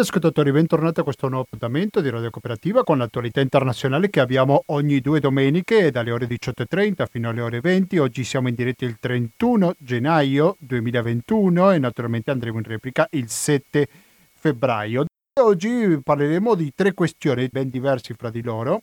ascoltatori, bentornati a questo nuovo appuntamento di Radio Cooperativa con l'attualità internazionale che abbiamo ogni 2 domeniche dalle ore 18:30 fino alle ore 20. Oggi siamo in diretta il 31 gennaio 2021 e naturalmente andremo in replica il 7 febbraio. Oggi parleremo di 3 questioni ben diverse fra di loro,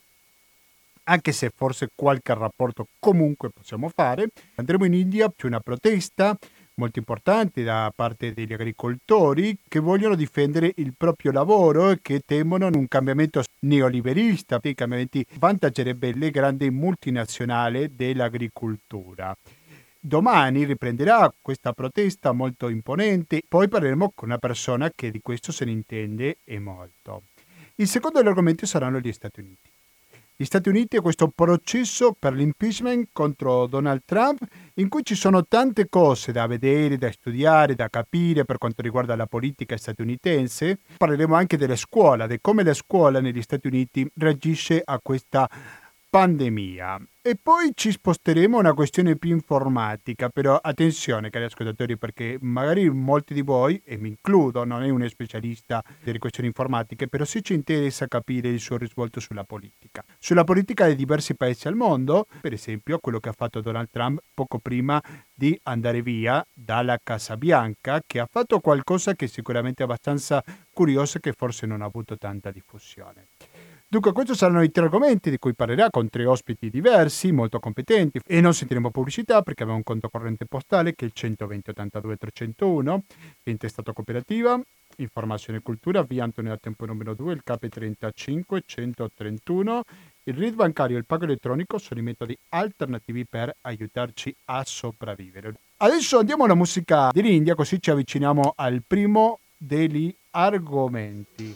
anche se forse qualche rapporto comunque possiamo fare. Andremo in India, c'è una protesta molto importante da parte degli agricoltori che vogliono difendere il proprio lavoro e che temono un cambiamento neoliberista. I cambiamenti vantaggerebbe le grandi multinazionali dell'agricoltura. Domani riprenderà questa protesta molto imponente, poi parleremo con una persona che di questo se ne intende e molto. Il secondo argomento saranno gli Stati Uniti. Gli Stati Uniti e questo processo per l'impeachment contro Donald Trump, in cui ci sono tante cose da vedere, da studiare, da capire per quanto riguarda la politica statunitense. Parleremo anche della scuola, di come la scuola negli Stati Uniti reagisce a questa pandemia. E poi ci sposteremo a una questione più informatica, però attenzione cari ascoltatori, perché magari molti di voi, e mi includo, non è uno specialista delle questioni informatiche, però sì ci interessa capire il suo risvolto sulla politica di diversi paesi al mondo, per esempio quello che ha fatto Donald Trump poco prima di andare via dalla Casa Bianca, che ha fatto qualcosa che sicuramente è abbastanza curioso e che forse non ha avuto tanta diffusione. Dunque, questi saranno i 3 argomenti di cui parlerà con 3 ospiti diversi, molto competenti, e non sentiremo pubblicità perché abbiamo un conto corrente postale che è il 120 82 301, intestato cooperativa, informazione e cultura, via Antonio da Tempo numero 2, il CAP 35 131, il RID bancario e il pago elettronico sono i metodi alternativi per aiutarci a sopravvivere. Adesso andiamo alla musica dell'India, così ci avviciniamo al primo degli argomenti.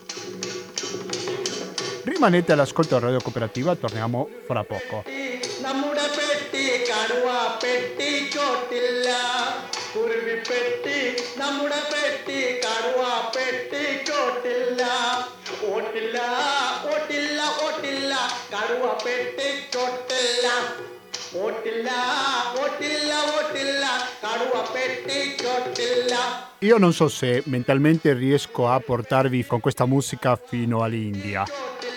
Rimanete all'ascolto della Radio Cooperativa, torniamo fra poco. നമ്മുടെ പെട്ടി കടുവ പെട്ടി ചോട്ടില്ല കുരുവി പെട്ടി നമ്മുടെ പെട്ടി കടുവ പെട്ടി ചോട്ടില്ല ഓട്ടില്ല ഓട്ടില്ല ഓട്ടില്ല കടുവ പെട്ടി ചോട്ടില്ല ഓട്ടില്ല ഓട്ടില്ല ഓട്ടില്ല കടുവ പെട്ടി ചോട്ടില്ല. Io non so se mentalmente riesco a portarvi con questa musica fino all'India.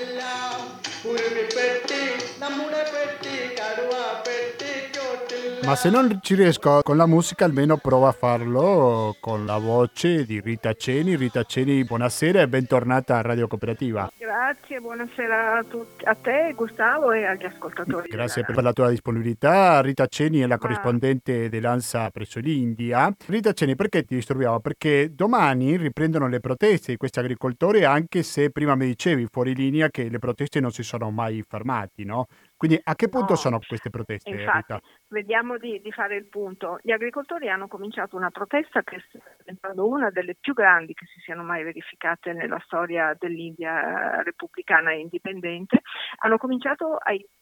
Ma se non ci riesco con la musica, almeno provo a farlo con la voce di Rita Ceni. Rita Ceni, buonasera e bentornata a Radio Cooperativa. Grazie, buonasera a te Gustavo e agli ascoltatori. Grazie per la tua disponibilità. Rita Ceni è la corrispondente dell'ANSA presso l'India. Rita Ceni, perché ti disturbiamo? Perché domani riprendono le proteste di questi agricoltori, anche se prima mi dicevi fuori linea che le proteste non si sono mai fermati, no? Quindi a che punto sono queste proteste, infatti, Rita? Vediamo di fare il punto. Gli agricoltori hanno cominciato una protesta che sta diventando una delle più grandi che si siano mai verificate nella storia dell'India repubblicana e indipendente. Hanno cominciato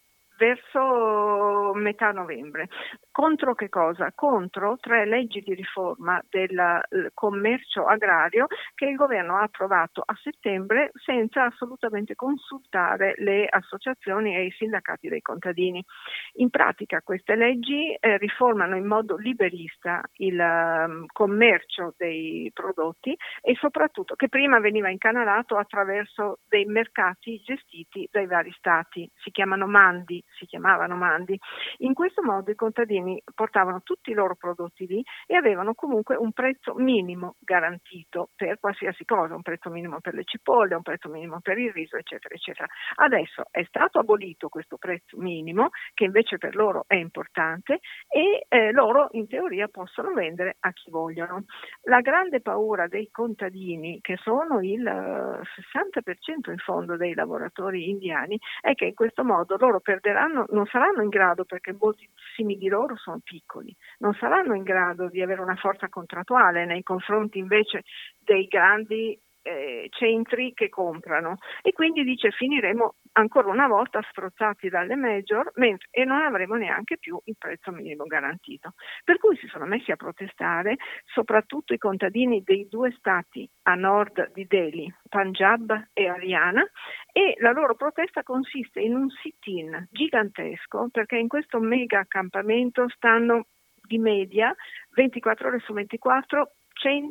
verso metà novembre. Contro che cosa? Contro 3 leggi di riforma del commercio agrario che il governo ha approvato a settembre senza assolutamente consultare le associazioni e i sindacati dei contadini. In pratica queste leggi riformano in modo liberista il commercio dei prodotti e soprattutto che prima veniva incanalato attraverso dei mercati gestiti dai vari stati, si chiamavano mandi. In questo modo i contadini portavano tutti i loro prodotti lì e avevano comunque un prezzo minimo garantito per qualsiasi cosa, un prezzo minimo per le cipolle, un prezzo minimo per il riso, eccetera, eccetera. Adesso è stato abolito questo prezzo minimo, che invece per loro è importante, e loro in teoria possono vendere a chi vogliono. La grande paura dei contadini, che sono il 60% in fondo dei lavoratori indiani, è che in questo modo loro non saranno in grado, perché moltissimi di loro sono piccoli, non saranno in grado di avere una forza contrattuale nei confronti invece dei grandi centri che comprano, e quindi dice finiremo ancora una volta strozzati dalle major e non avremo neanche più il prezzo minimo garantito. Per cui si sono messi a protestare soprattutto i contadini dei 2 stati a nord di Delhi, Punjab e Haryana, e la loro protesta consiste in un sit-in gigantesco, perché in questo mega accampamento stanno di media 24 ore su 24 100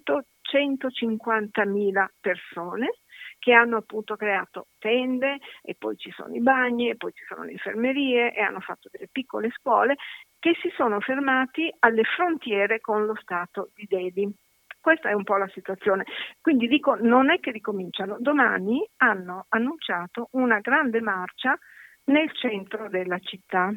150.000 persone che hanno appunto creato tende, e poi ci sono i bagni, e poi ci sono le infermerie, e hanno fatto delle piccole scuole che si sono fermati alle frontiere con lo Stato di Delhi. Questa è un po' la situazione. Quindi dico, non è che ricominciano. Domani hanno annunciato una grande marcia nel centro della città.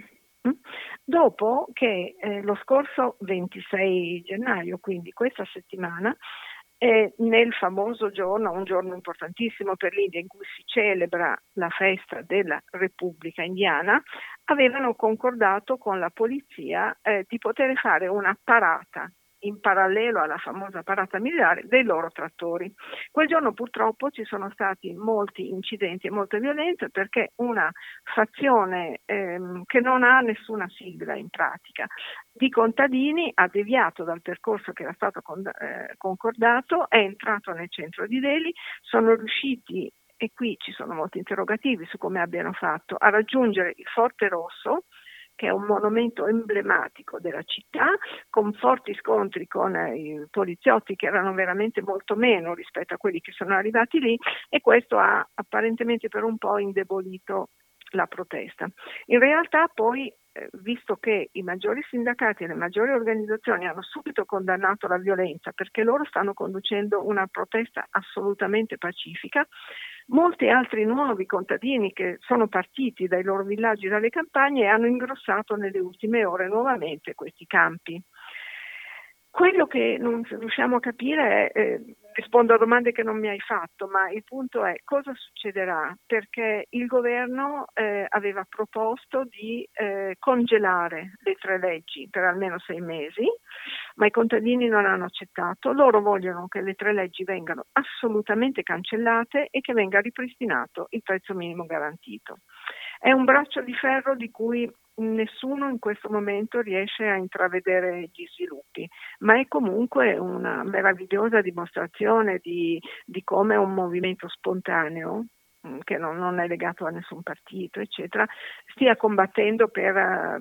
Dopo che lo scorso 26 gennaio, quindi questa settimana, nel famoso giorno, un giorno importantissimo per l'India in cui si celebra la festa della Repubblica Indiana, avevano concordato con la polizia di poter fare una parata in parallelo alla famosa parata militare dei loro trattori. Quel giorno purtroppo ci sono stati molti incidenti e molte violenze perché una fazione che non ha nessuna sigla in pratica di contadini ha deviato dal percorso che era stato concordato, è entrato nel centro di Delhi, sono riusciti, e qui ci sono molti interrogativi su come abbiano fatto, a raggiungere il Forte Rosso, che è un monumento emblematico della città, con forti scontri con i poliziotti che erano veramente molto meno rispetto a quelli che sono arrivati lì, e questo ha apparentemente per un po' indebolito la protesta. In realtà poi, visto che i maggiori sindacati e le maggiori organizzazioni hanno subito condannato la violenza perché loro stanno conducendo una protesta assolutamente pacifica, molti altri nuovi contadini che sono partiti dai loro villaggi, dalle campagne, hanno ingrossato nelle ultime ore nuovamente questi campi. Quello che non riusciamo a capire è, rispondo a domande che non mi hai fatto, ma il punto è cosa succederà, perché il governo aveva proposto di congelare le 3 leggi per almeno 6 mesi, ma i contadini non hanno accettato. Loro vogliono che le 3 leggi vengano assolutamente cancellate e che venga ripristinato il prezzo minimo garantito. È un braccio di ferro di cui nessuno in questo momento riesce a intravedere gli sviluppi, ma è comunque una meravigliosa dimostrazione di come un movimento spontaneo, che non è legato a nessun partito, eccetera, stia combattendo per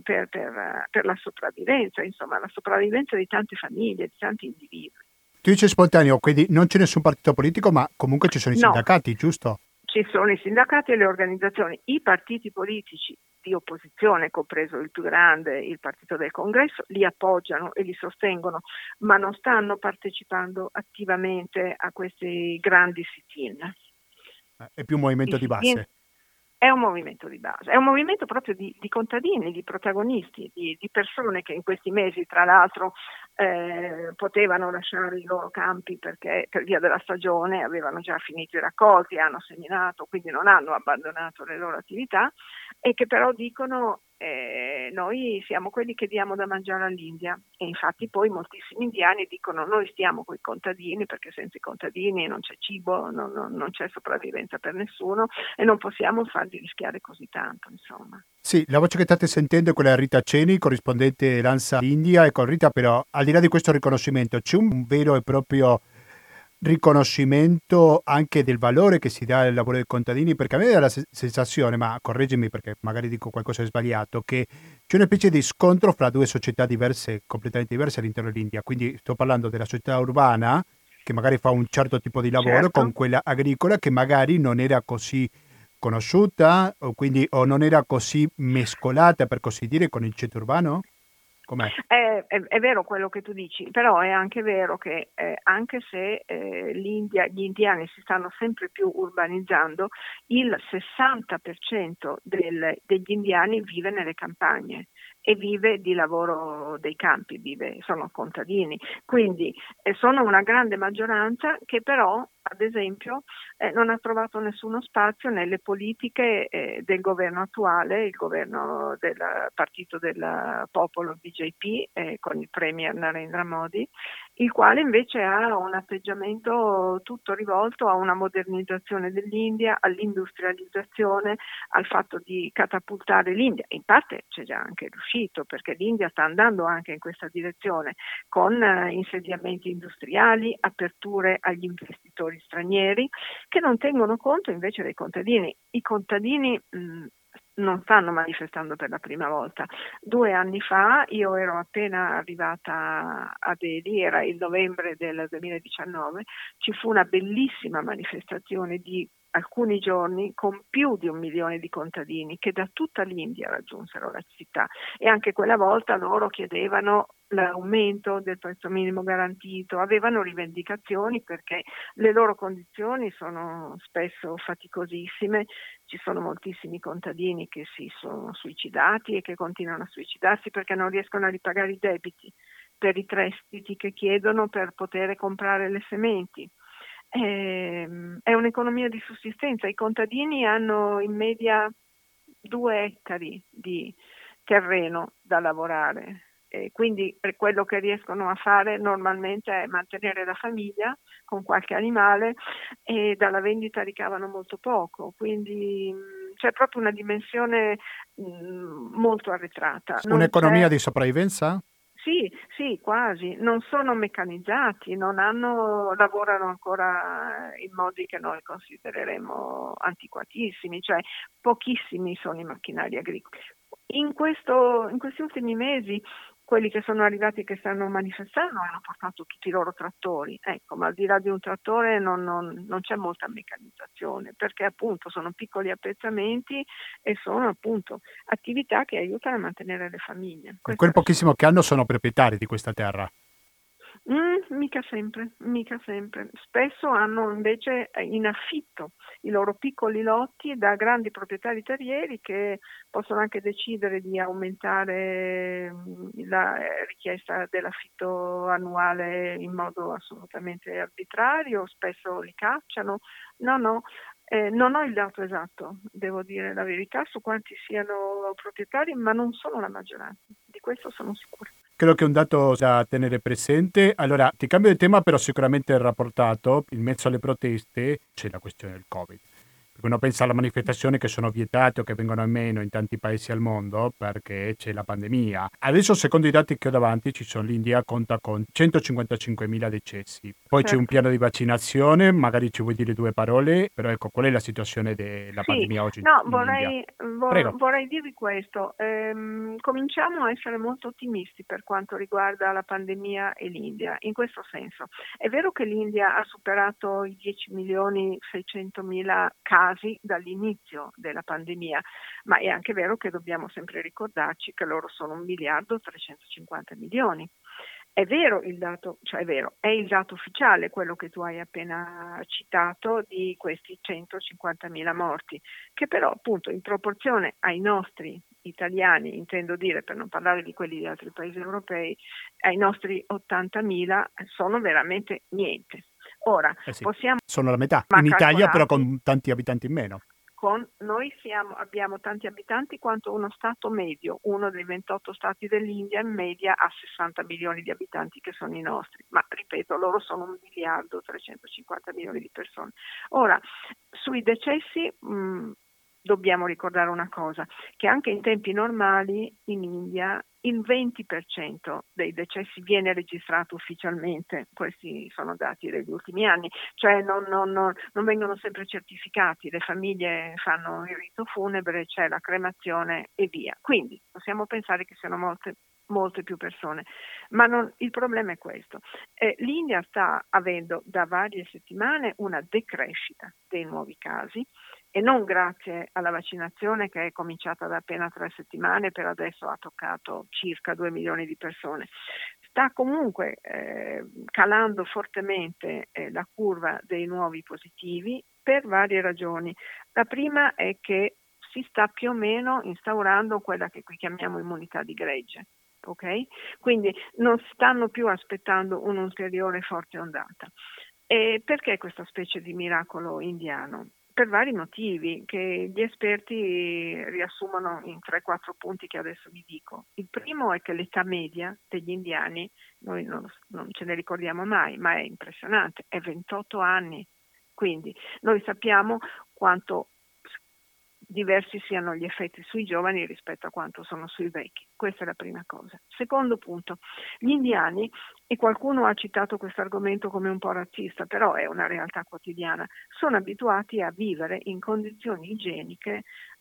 la sopravvivenza, insomma, la sopravvivenza di tante famiglie, di tanti individui. Tu dici spontaneo, quindi non c'è nessun partito politico, ma comunque ci sono i sindacati, giusto? Ci sono i sindacati e le organizzazioni, i partiti politici di opposizione, compreso il più grande, il Partito del Congresso, li appoggiano e li sostengono, ma non stanno partecipando attivamente a questi grandi sit-in. È più un movimento di base. È un movimento di base, è un movimento proprio di contadini, di protagonisti, di persone che in questi mesi, tra l'altro, potevano lasciare i loro campi perché per via della stagione avevano già finito i raccolti, hanno seminato, quindi non hanno abbandonato le loro attività, e che però dicono noi siamo quelli che diamo da mangiare all'India, e infatti poi moltissimi indiani dicono noi stiamo con i contadini perché senza i contadini non c'è cibo, non c'è sopravvivenza per nessuno e non possiamo farli rischiare così tanto, insomma. Sì, la voce che state sentendo è quella di Rita Ceni, corrispondente l'ANSA India, e con Rita però, al di là di questo riconoscimento, c'è un vero e proprio riconoscimento anche del valore che si dà al lavoro dei contadini, perché a me dà la sensazione, ma correggimi perché magari dico qualcosa di sbagliato, che c'è una specie di scontro fra 2 società diverse, completamente diverse all'interno dell'India. Quindi sto parlando della società urbana che magari fa un certo tipo di lavoro, certo, con quella agricola che magari non era così conosciuta o non era così mescolata, per così dire, con il ceto urbano? Com'è? È vero quello che tu dici, però è anche vero che anche se gli indiani si stanno sempre più urbanizzando, il 60% degli indiani vive nelle campagne e vive di lavoro dei campi, sono contadini, quindi sono una grande maggioranza che però, ad esempio, non ha trovato nessuno spazio nelle politiche del governo attuale, il governo del partito del popolo BJP, con il premier Narendra Modi, il quale invece ha un atteggiamento tutto rivolto a una modernizzazione dell'India, all'industrializzazione, al fatto di catapultare l'India. In parte c'è già anche riuscito, perché l'India sta andando anche in questa direzione, con insediamenti industriali, aperture agli investitori stranieri, che non tengono conto invece dei contadini. I contadini non stanno manifestando per la prima volta. 2 anni fa io ero appena arrivata a Delhi, era il novembre del 2019, ci fu una bellissima manifestazione di alcuni giorni con più di 1 milione di contadini che da tutta l'India raggiunsero la città, e anche quella volta loro chiedevano l'aumento del prezzo minimo garantito, avevano rivendicazioni perché le loro condizioni sono spesso faticosissime. Ci sono moltissimi contadini che si sono suicidati e che continuano a suicidarsi perché non riescono a ripagare i debiti per i prestiti che chiedono per poter comprare le sementi. È un'economia di sussistenza. I contadini hanno in media 2 ettari di terreno da lavorare. Quindi per quello che riescono a fare normalmente è mantenere la famiglia con qualche animale, e dalla vendita ricavano molto poco, quindi c'è proprio una dimensione molto arretrata. Un'economia di sopravvivenza? Sì, quasi. Non sono meccanizzati, lavorano ancora in modi che noi considereremo antiquatissimi, cioè pochissimi sono i macchinari agricoli. In questi ultimi mesi quelli che sono arrivati e che stanno manifestando hanno portato tutti i loro trattori, ecco, ma al di là di un trattore non c'è molta meccanizzazione, perché appunto sono piccoli appezzamenti e sono appunto attività che aiutano a mantenere le famiglie. E quel pochissimo che hanno sono proprietari di questa terra. Mica sempre. Spesso hanno invece in affitto i loro piccoli lotti da grandi proprietari terrieri che possono anche decidere di aumentare la richiesta dell'affitto annuale in modo assolutamente arbitrario, spesso li cacciano. No, non ho il dato esatto, devo dire la verità, su quanti siano proprietari, ma non sono la maggioranza, di questo sono sicura. Credo che è un dato da tenere presente. Allora, ti cambio di tema, però sicuramente rapportato. In mezzo alle proteste c'è la questione del Covid. Perché uno pensa alle manifestazioni che sono vietate o che vengono a meno in tanti paesi al mondo perché c'è la pandemia. Adesso, secondo i dati che ho davanti, l'India conta con 155.000 decessi. Poi c'è un piano di vaccinazione, magari ci vuoi dire 2 parole, però ecco, qual è la situazione della pandemia oggi in India? Prego. Vorrei dirvi questo. Cominciamo a essere molto ottimisti per quanto riguarda la pandemia e l'India. In questo senso, è vero che l'India ha superato i 10.600.000 casi dall'inizio della pandemia, ma è anche vero che dobbiamo sempre ricordarci che loro sono 1.350.000.000. È vero il dato, cioè è il dato ufficiale quello che tu hai appena citato di questi 150.000 morti, che però appunto in proporzione ai nostri italiani, intendo dire, per non parlare di quelli di altri paesi europei, ai nostri 80.000 sono veramente niente. Ora, sì, sono la metà. In Italia però con tanti abitanti in meno. Noi abbiamo tanti abitanti quanto uno stato medio, uno dei 28 stati dell'India in media ha 60 milioni di abitanti che sono i nostri, ma ripeto, loro sono 1.350.000.000 di persone. Ora, sui decessi dobbiamo ricordare una cosa, che anche in tempi normali in India il 20% dei decessi viene registrato ufficialmente, questi sono dati degli ultimi anni, cioè non vengono sempre certificati, le famiglie fanno il rito funebre, c'è la cremazione e via. Quindi possiamo pensare che siano molte più persone, ma il problema è questo. L'India sta avendo da varie settimane una decrescita dei nuovi casi, e non grazie alla vaccinazione che è cominciata da appena 3 settimane, per adesso ha toccato circa 2 milioni di persone. Sta comunque calando fortemente la curva dei nuovi positivi per varie ragioni. La prima è che si sta più o meno instaurando quella che qui chiamiamo immunità di gregge. Okay? Quindi non stanno più aspettando un'ulteriore forte ondata. E perché questa specie di miracolo indiano? Per vari motivi che gli esperti riassumono in 3-4 punti che adesso vi dico. Il primo è che l'età media degli indiani, noi non ce ne ricordiamo mai, ma è impressionante, è 28 anni. Quindi noi sappiamo quanto diversi siano gli effetti sui giovani rispetto a quanto sono sui vecchi. Questa è la prima cosa. Secondo punto, gli indiani, e qualcuno ha citato questo argomento come un po' razzista, però è una realtà quotidiana, sono abituati a vivere in condizioni igieniche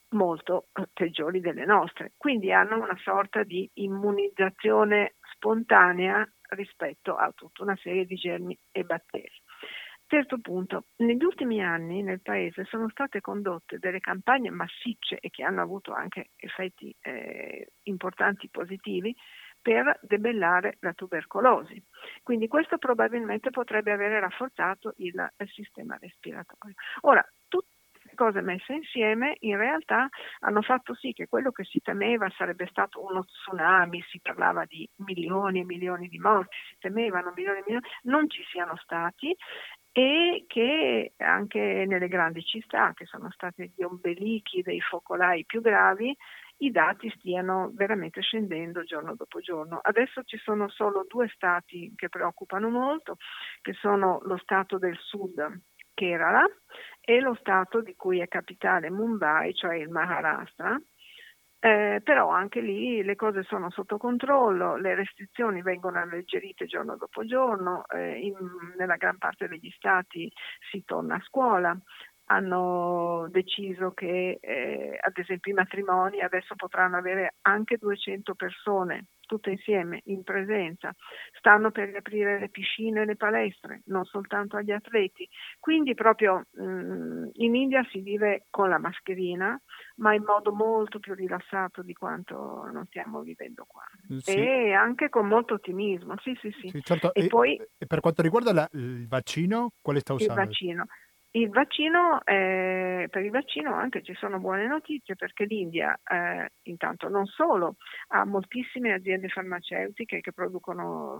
molto peggiori delle nostre, quindi hanno una sorta di immunizzazione spontanea rispetto a tutta una serie di germi e batteri. Terzo punto, negli ultimi anni nel Paese sono state condotte delle campagne massicce e che hanno avuto anche effetti importanti positivi per debellare la tubercolosi. Quindi questo probabilmente potrebbe avere rafforzato il sistema respiratorio. Ora, tutte queste cose messe insieme in realtà hanno fatto sì che quello che si temeva sarebbe stato uno tsunami, si parlava di milioni e milioni di morti, si temevano milioni e milioni, non ci siano stati, e che anche nelle grandi città, che sono stati gli ombelichi dei focolai più gravi, i dati stiano veramente scendendo giorno dopo giorno. Adesso ci sono solo 2 stati che preoccupano molto, che sono lo stato del sud, Kerala, e lo stato di cui è capitale Mumbai, cioè il Maharashtra. Però anche lì le cose sono sotto controllo, le restrizioni vengono alleggerite giorno dopo giorno, nella gran parte degli stati si torna a scuola. Hanno deciso che ad esempio i matrimoni adesso potranno avere anche 200 persone tutte insieme in presenza, stanno per riaprire le piscine e le palestre, non soltanto agli atleti, quindi proprio in India si vive con la mascherina, ma in modo molto più rilassato di quanto non stiamo vivendo qua, Sì. E anche con molto ottimismo, sì. Sì, certo. E poi per quanto riguarda il vaccino, quale sta usando? Il vaccino, per il vaccino anche ci sono buone notizie, perché l'India intanto non solo ha moltissime aziende farmaceutiche che producono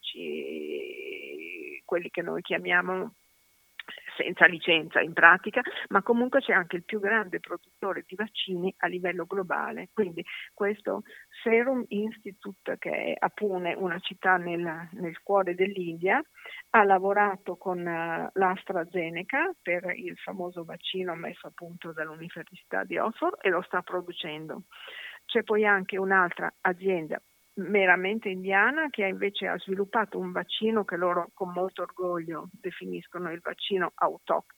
farmaci, quelli che noi chiamiamo senza licenza in pratica, ma comunque c'è anche il più grande produttore di vaccini a livello globale. Quindi questo Serum Institute, che è a Pune, una città nel cuore dell'India, ha lavorato con l'AstraZeneca per il famoso vaccino messo a punto dall'Università di Oxford e lo sta producendo. C'è poi anche un'altra azienda meramente indiana che invece ha sviluppato un vaccino che loro con molto orgoglio definiscono il vaccino autoctono.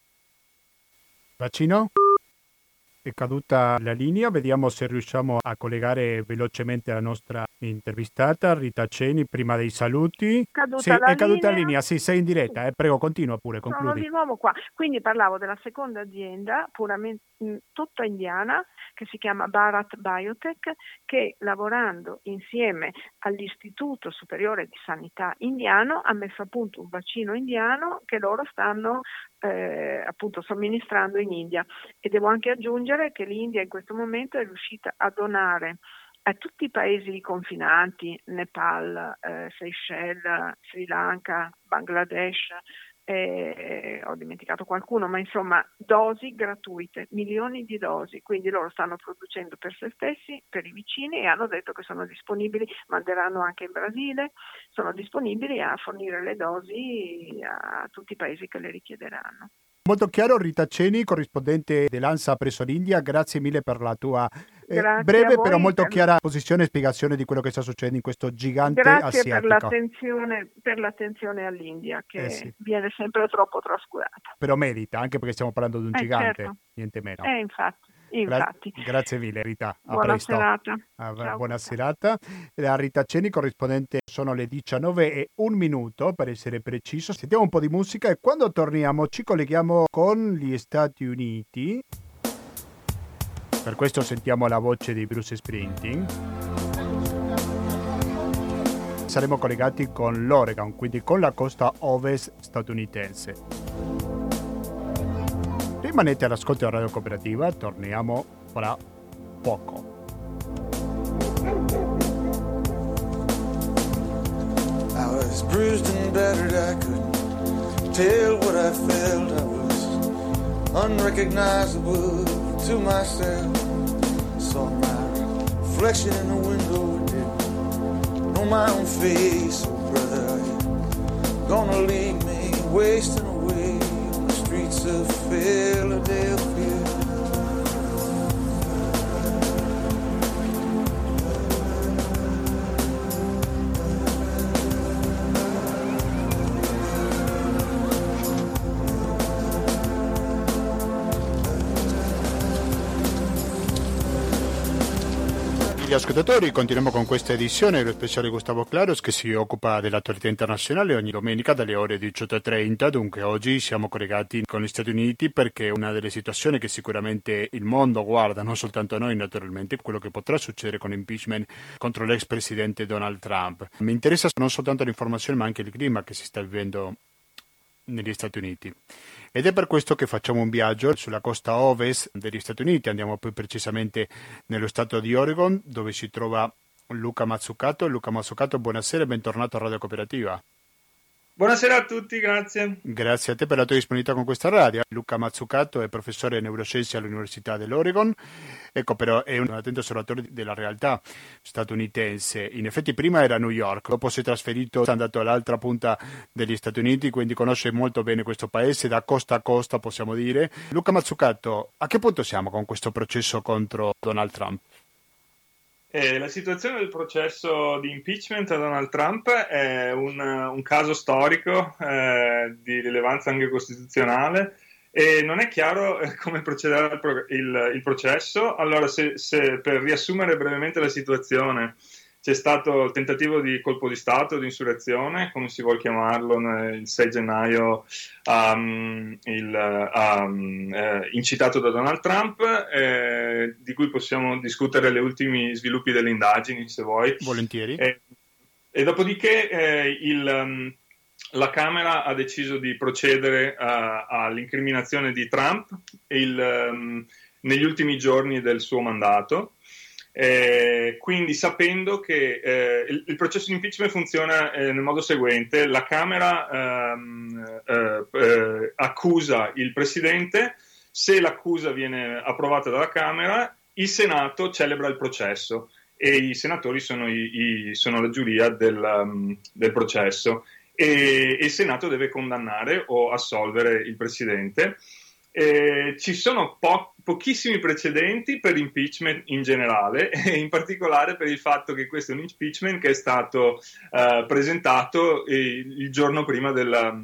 Vaccino? È caduta la linea, vediamo se riusciamo a collegare velocemente la nostra intervistata Rita Ceni prima dei saluti. Sì, è caduta la linea, sì, sei in diretta, prego, continua pure, concludi. Sono di nuovo qua, quindi parlavo della seconda azienda, puramente tutta indiana, che si chiama Bharat Biotech, che lavorando insieme all'Istituto Superiore di Sanità indiano ha messo a punto un vaccino indiano che loro stanno appunto somministrando in India, e devo anche aggiungere che l'India in questo momento è riuscita a donare a tutti i paesi confinanti, Nepal, Seychelles, Sri Lanka, Bangladesh, ho dimenticato qualcuno, ma insomma dosi gratuite, milioni di dosi, quindi loro stanno producendo per se stessi, per i vicini, e hanno detto che sono disponibili, manderanno anche in Brasile, sono disponibili a fornire le dosi a tutti i paesi che le richiederanno. Molto chiaro, Rita Ceni, corrispondente dell'ANSA presso l'India, grazie mille per la tua breve però molto chiara posizione e spiegazione di quello che sta succedendo in questo gigante asiatico. Grazie per l'attenzione all'India, che viene sempre troppo trascurata. Però merita, anche perché stiamo parlando di un gigante, certo. Niente meno. Infatti. Grazie mille Rita. Buona serata. Buona serata. La Rita Ceni, corrispondente, sono le 19:01 per essere preciso. Sentiamo un po' di musica e quando torniamo ci colleghiamo con gli Stati Uniti. Per questo sentiamo la voce di Bruce Springsteen. Saremo collegati con l'Oregon, quindi con la costa ovest statunitense. Rimanete all'ascolto della Radio Cooperativa, torniamo fra poco. I was bruised and battered, I couldn't tell what I felt. I was unrecognizable to myself. Saw my reflection in the window, didn't know my own face. Oh brother, are you gonna leave me wasting away on the streets of Philadelphia? radioascoltatori, continuiamo con questa edizione dello speciale Gustavo Claros che si occupa dell'attualità internazionale ogni domenica dalle ore 18:30. Dunque oggi siamo collegati con gli Stati Uniti perché è una delle situazioni che sicuramente il mondo guarda, non soltanto noi naturalmente, quello che potrà succedere con l'impeachment contro l'ex presidente Donald Trump. Mi interessa non soltanto l'informazione ma anche il clima che si sta vivendo negli Stati Uniti. Ed è per questo che facciamo un viaggio sulla costa ovest degli Stati Uniti, andiamo più precisamente nello stato di Oregon, dove si trova Luca Mazzucato. Luca Mazzucato, buonasera e bentornato a Radio Cooperativa. Buonasera a tutti, grazie. Grazie a te per la tua disponibilità con questa radio. Luca Mazzucato è professore di neuroscienze all'Università dell'Oregon, ecco, però è un attento osservatore della realtà statunitense. In effetti prima era a New York, dopo si è trasferito, è andato all'altra punta degli Stati Uniti, quindi conosce molto bene questo paese, da costa a costa possiamo dire. Luca Mazzucato, a che punto siamo con questo processo contro Donald Trump? La situazione del processo di impeachment a Donald Trump è un caso storico di rilevanza anche costituzionale e non è chiaro come procederà il processo. Allora, se per riassumere brevemente la situazione, c'è stato il tentativo di colpo di Stato, di insurrezione, come si vuol chiamarlo, il 6 gennaio incitato da Donald Trump, di cui possiamo discutere gli ultimi sviluppi delle indagini, se vuoi. Volentieri. E dopodiché la Camera ha deciso di procedere all'incriminazione di Trump negli ultimi giorni del suo mandato. Quindi sapendo che il processo di impeachment funziona nel modo seguente: la Camera accusa il Presidente, se l'accusa viene approvata dalla Camera il Senato celebra il processo e i senatori sono la giuria del processo e il Senato deve condannare o assolvere il Presidente. Ci sono pochissimi precedenti per l'impeachment in generale e in particolare per il fatto che questo è un impeachment che è stato presentato il giorno prima della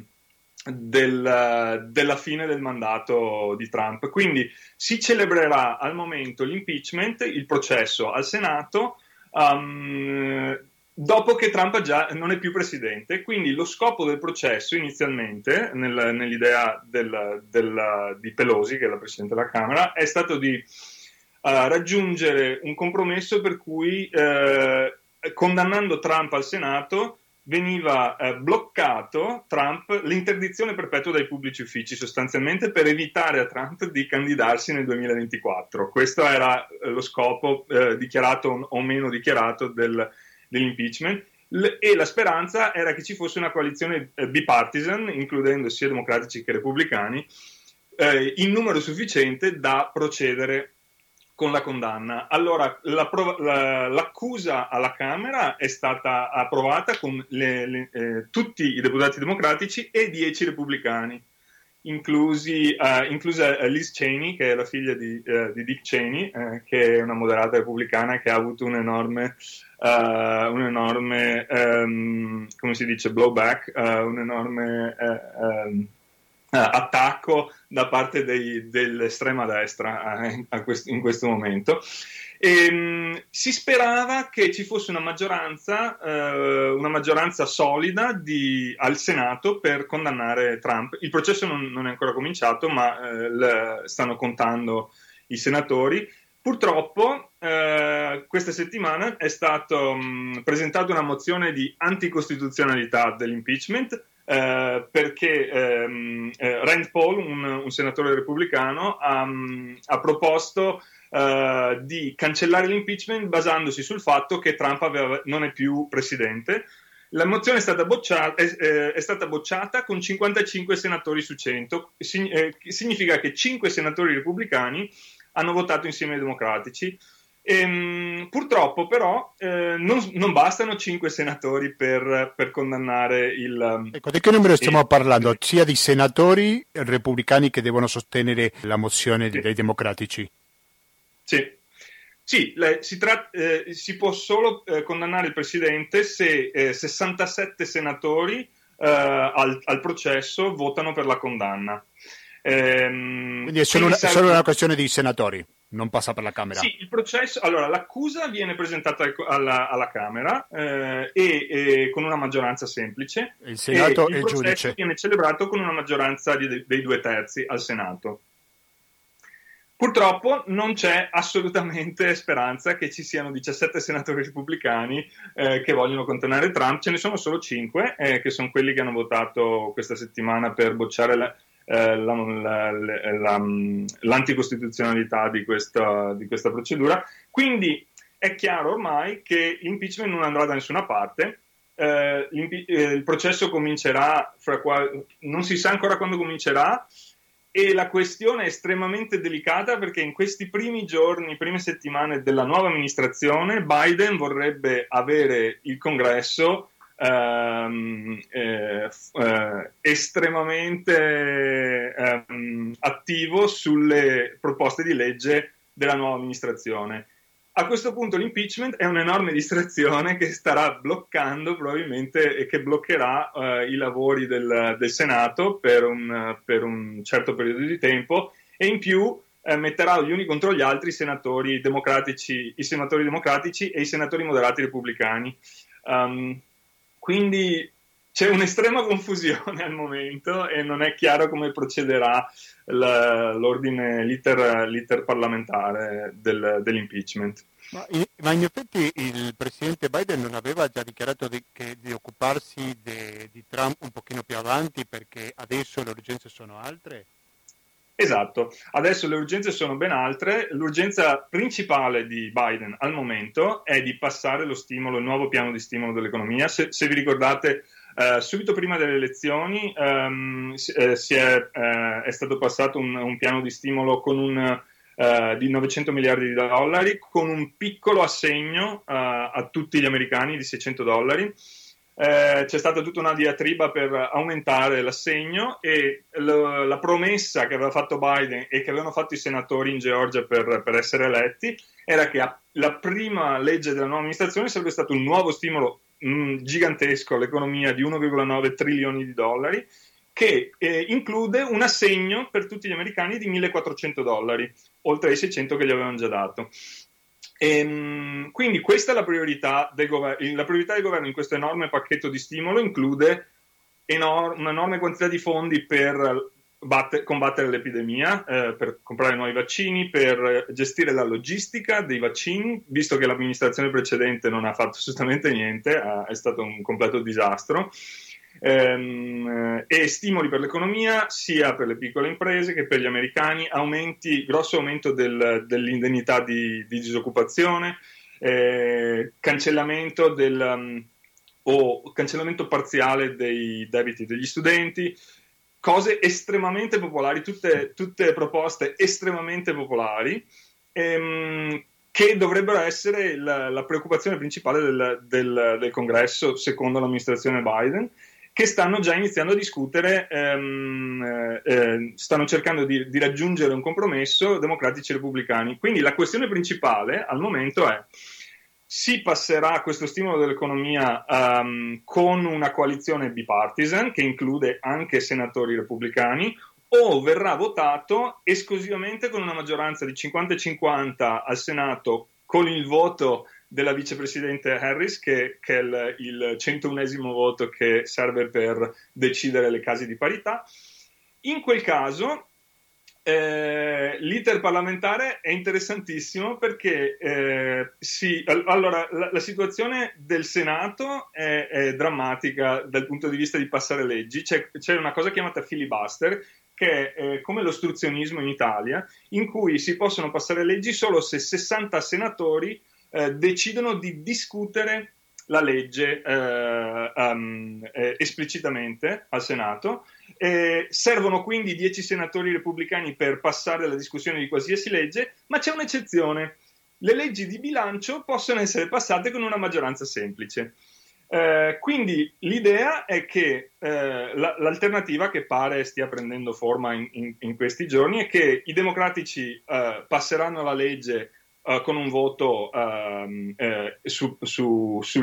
fine del mandato di Trump. Quindi si celebrerà al momento l'impeachment, il processo al Senato, dopo che Trump già non è più presidente. Quindi lo scopo del processo inizialmente, nell'idea di Pelosi, che è la presidente della Camera, è stato di raggiungere un compromesso per cui condannando Trump al Senato veniva bloccato l'interdizione perpetua dai pubblici uffici, sostanzialmente per evitare a Trump di candidarsi nel 2024. Questo era lo scopo dichiarato o meno dichiarato dell'impeachment, e la speranza era che ci fosse una coalizione bipartisan, includendo sia democratici che repubblicani, in numero sufficiente da procedere con la condanna. Allora, l'accusa alla Camera è stata approvata con tutti i deputati democratici e 10 repubblicani, inclusa Liz Cheney, che è la figlia di Dick Cheney, che è una moderata repubblicana che ha avuto un enorme come si dice, blowback, un enorme attacco da parte dell'estrema destra in questo momento. Si sperava che ci fosse una maggioranza solida al Senato per condannare Trump. Il processo non è ancora cominciato, ma stanno contando i senatori. Purtroppo questa settimana è stata presentata una mozione di anticostituzionalità dell'impeachment, perché Rand Paul, un senatore repubblicano, ha proposto di cancellare l'impeachment basandosi sul fatto che Trump non è più presidente. La mozione è stata bocciata con 55 senatori su 100, significa che 5 senatori repubblicani hanno votato insieme ai democratici. Purtroppo però non bastano 5 senatori per condannare il... Ecco, di che numero stiamo parlando? Sia di senatori repubblicani che devono sostenere la mozione dei democratici? Sì. Sì, si può solo condannare il presidente se 67 senatori al processo votano per la condanna. Quindi è solo una questione di senatori? non passa per la Camera. Sì, il processo, allora l'accusa viene presentata alla Camera e con una maggioranza semplice, Il Senato e e il il processo giudice. viene celebrato con una maggioranza dei 2/3 al Senato. Purtroppo non c'è assolutamente speranza che ci siano 17 senatori repubblicani che vogliono contenere Trump. Ce ne sono solo 5, che sono quelli che hanno votato questa settimana per bocciare l'anticostituzionalità di questa procedura. Quindi è chiaro ormai che l'impeachment non andrà da nessuna parte. Il processo comincerà non si sa ancora quando comincerà, e la questione è estremamente delicata perché in questi primi giorni, prime settimane della nuova amministrazione, Biden vorrebbe avere il Congresso estremamente attivo sulle proposte di legge della nuova amministrazione. A questo punto l'impeachment è un'enorme distrazione che starà bloccando probabilmente e che bloccherà i lavori del Senato per un certo periodo di tempo, e in più metterà gli uni contro gli altri i senatori democratici e i senatori moderati repubblicani. Quindi c'è un'estrema confusione al momento e non è chiaro come procederà l'iter parlamentare dell'impeachment. Ma in effetti il presidente Biden non aveva già dichiarato di occuparsi di Trump un pochino più avanti, perché adesso le urgenze sono altre? Esatto, adesso le urgenze sono ben altre. L'urgenza principale di Biden al momento è di passare il nuovo piano di stimolo dell'economia. Se vi ricordate, subito prima delle elezioni è stato passato un piano di stimolo di 900 miliardi di dollari, con un piccolo assegno a tutti gli americani di $600. C'è stata tutta una diatriba per aumentare l'assegno, e la promessa che aveva fatto Biden e che avevano fatto i senatori in Georgia per essere eletti era che la prima legge della nuova amministrazione sarebbe stato un nuovo stimolo gigantesco all'economia di 1,9 trilioni di dollari, che include un assegno per tutti gli americani di $1.400, oltre ai 600 che gli avevano già dato. Quindi questa è la priorità del governo. La priorità del governo in questo enorme pacchetto di stimolo include un'enorme quantità di fondi per combattere l'epidemia, per comprare nuovi vaccini, per gestire la logistica dei vaccini, visto che l'amministrazione precedente non ha fatto assolutamente niente, è stato un completo disastro. E stimoli per l'economia sia per le piccole imprese che per gli americani, grosso aumento dell'indennità di disoccupazione, cancellamento cancellamento parziale dei debiti degli studenti, cose estremamente popolari, tutte proposte estremamente popolari, che dovrebbero essere la preoccupazione principale del Congresso, secondo l'amministrazione Biden, che stanno già iniziando a discutere, stanno cercando di raggiungere un compromesso, democratici e repubblicani. Quindi la questione principale al momento è: si passerà questo stimolo dell'economia con una coalizione bipartisan che include anche senatori repubblicani, o verrà votato esclusivamente con una maggioranza di 50-50 al Senato, con il voto della vicepresidente Harris, che è il 101esimo voto che serve per decidere le casi di parità. In quel caso l'iter parlamentare è interessantissimo, perché allora la situazione del Senato è drammatica dal punto di vista di passare leggi. C'è una cosa chiamata filibuster, che è come l'ostruzionismo in Italia, in cui si possono passare leggi solo se 60 senatori decidono di discutere la legge esplicitamente al Senato. Servono quindi 10 senatori repubblicani per passare la discussione di qualsiasi legge, ma c'è un'eccezione: le leggi di bilancio possono essere passate con una maggioranza semplice. Quindi l'idea è che l'alternativa, che pare stia prendendo forma in questi giorni, è che i democratici passeranno la legge con un voto su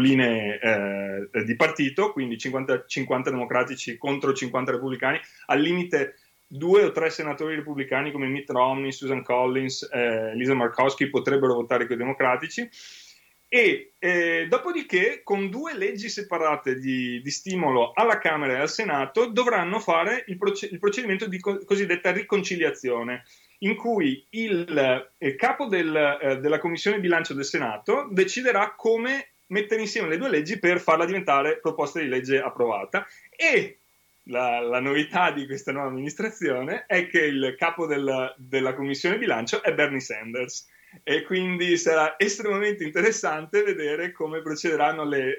linee di partito, quindi 50 democratici contro 50 repubblicani. Al limite 2 o 3 senatori repubblicani come Mitt Romney, Susan Collins, Lisa Murkowski potrebbero votare con i democratici. E dopodiché, con 2 leggi separate di stimolo alla Camera e al Senato, dovranno fare il procedimento di cosiddetta riconciliazione, in cui il capo della Commissione Bilancio del Senato deciderà come mettere insieme le 2 leggi per farla diventare proposta di legge approvata. E la novità di questa nuova amministrazione è che il capo della Commissione Bilancio è Bernie Sanders. E quindi sarà estremamente interessante vedere come procederanno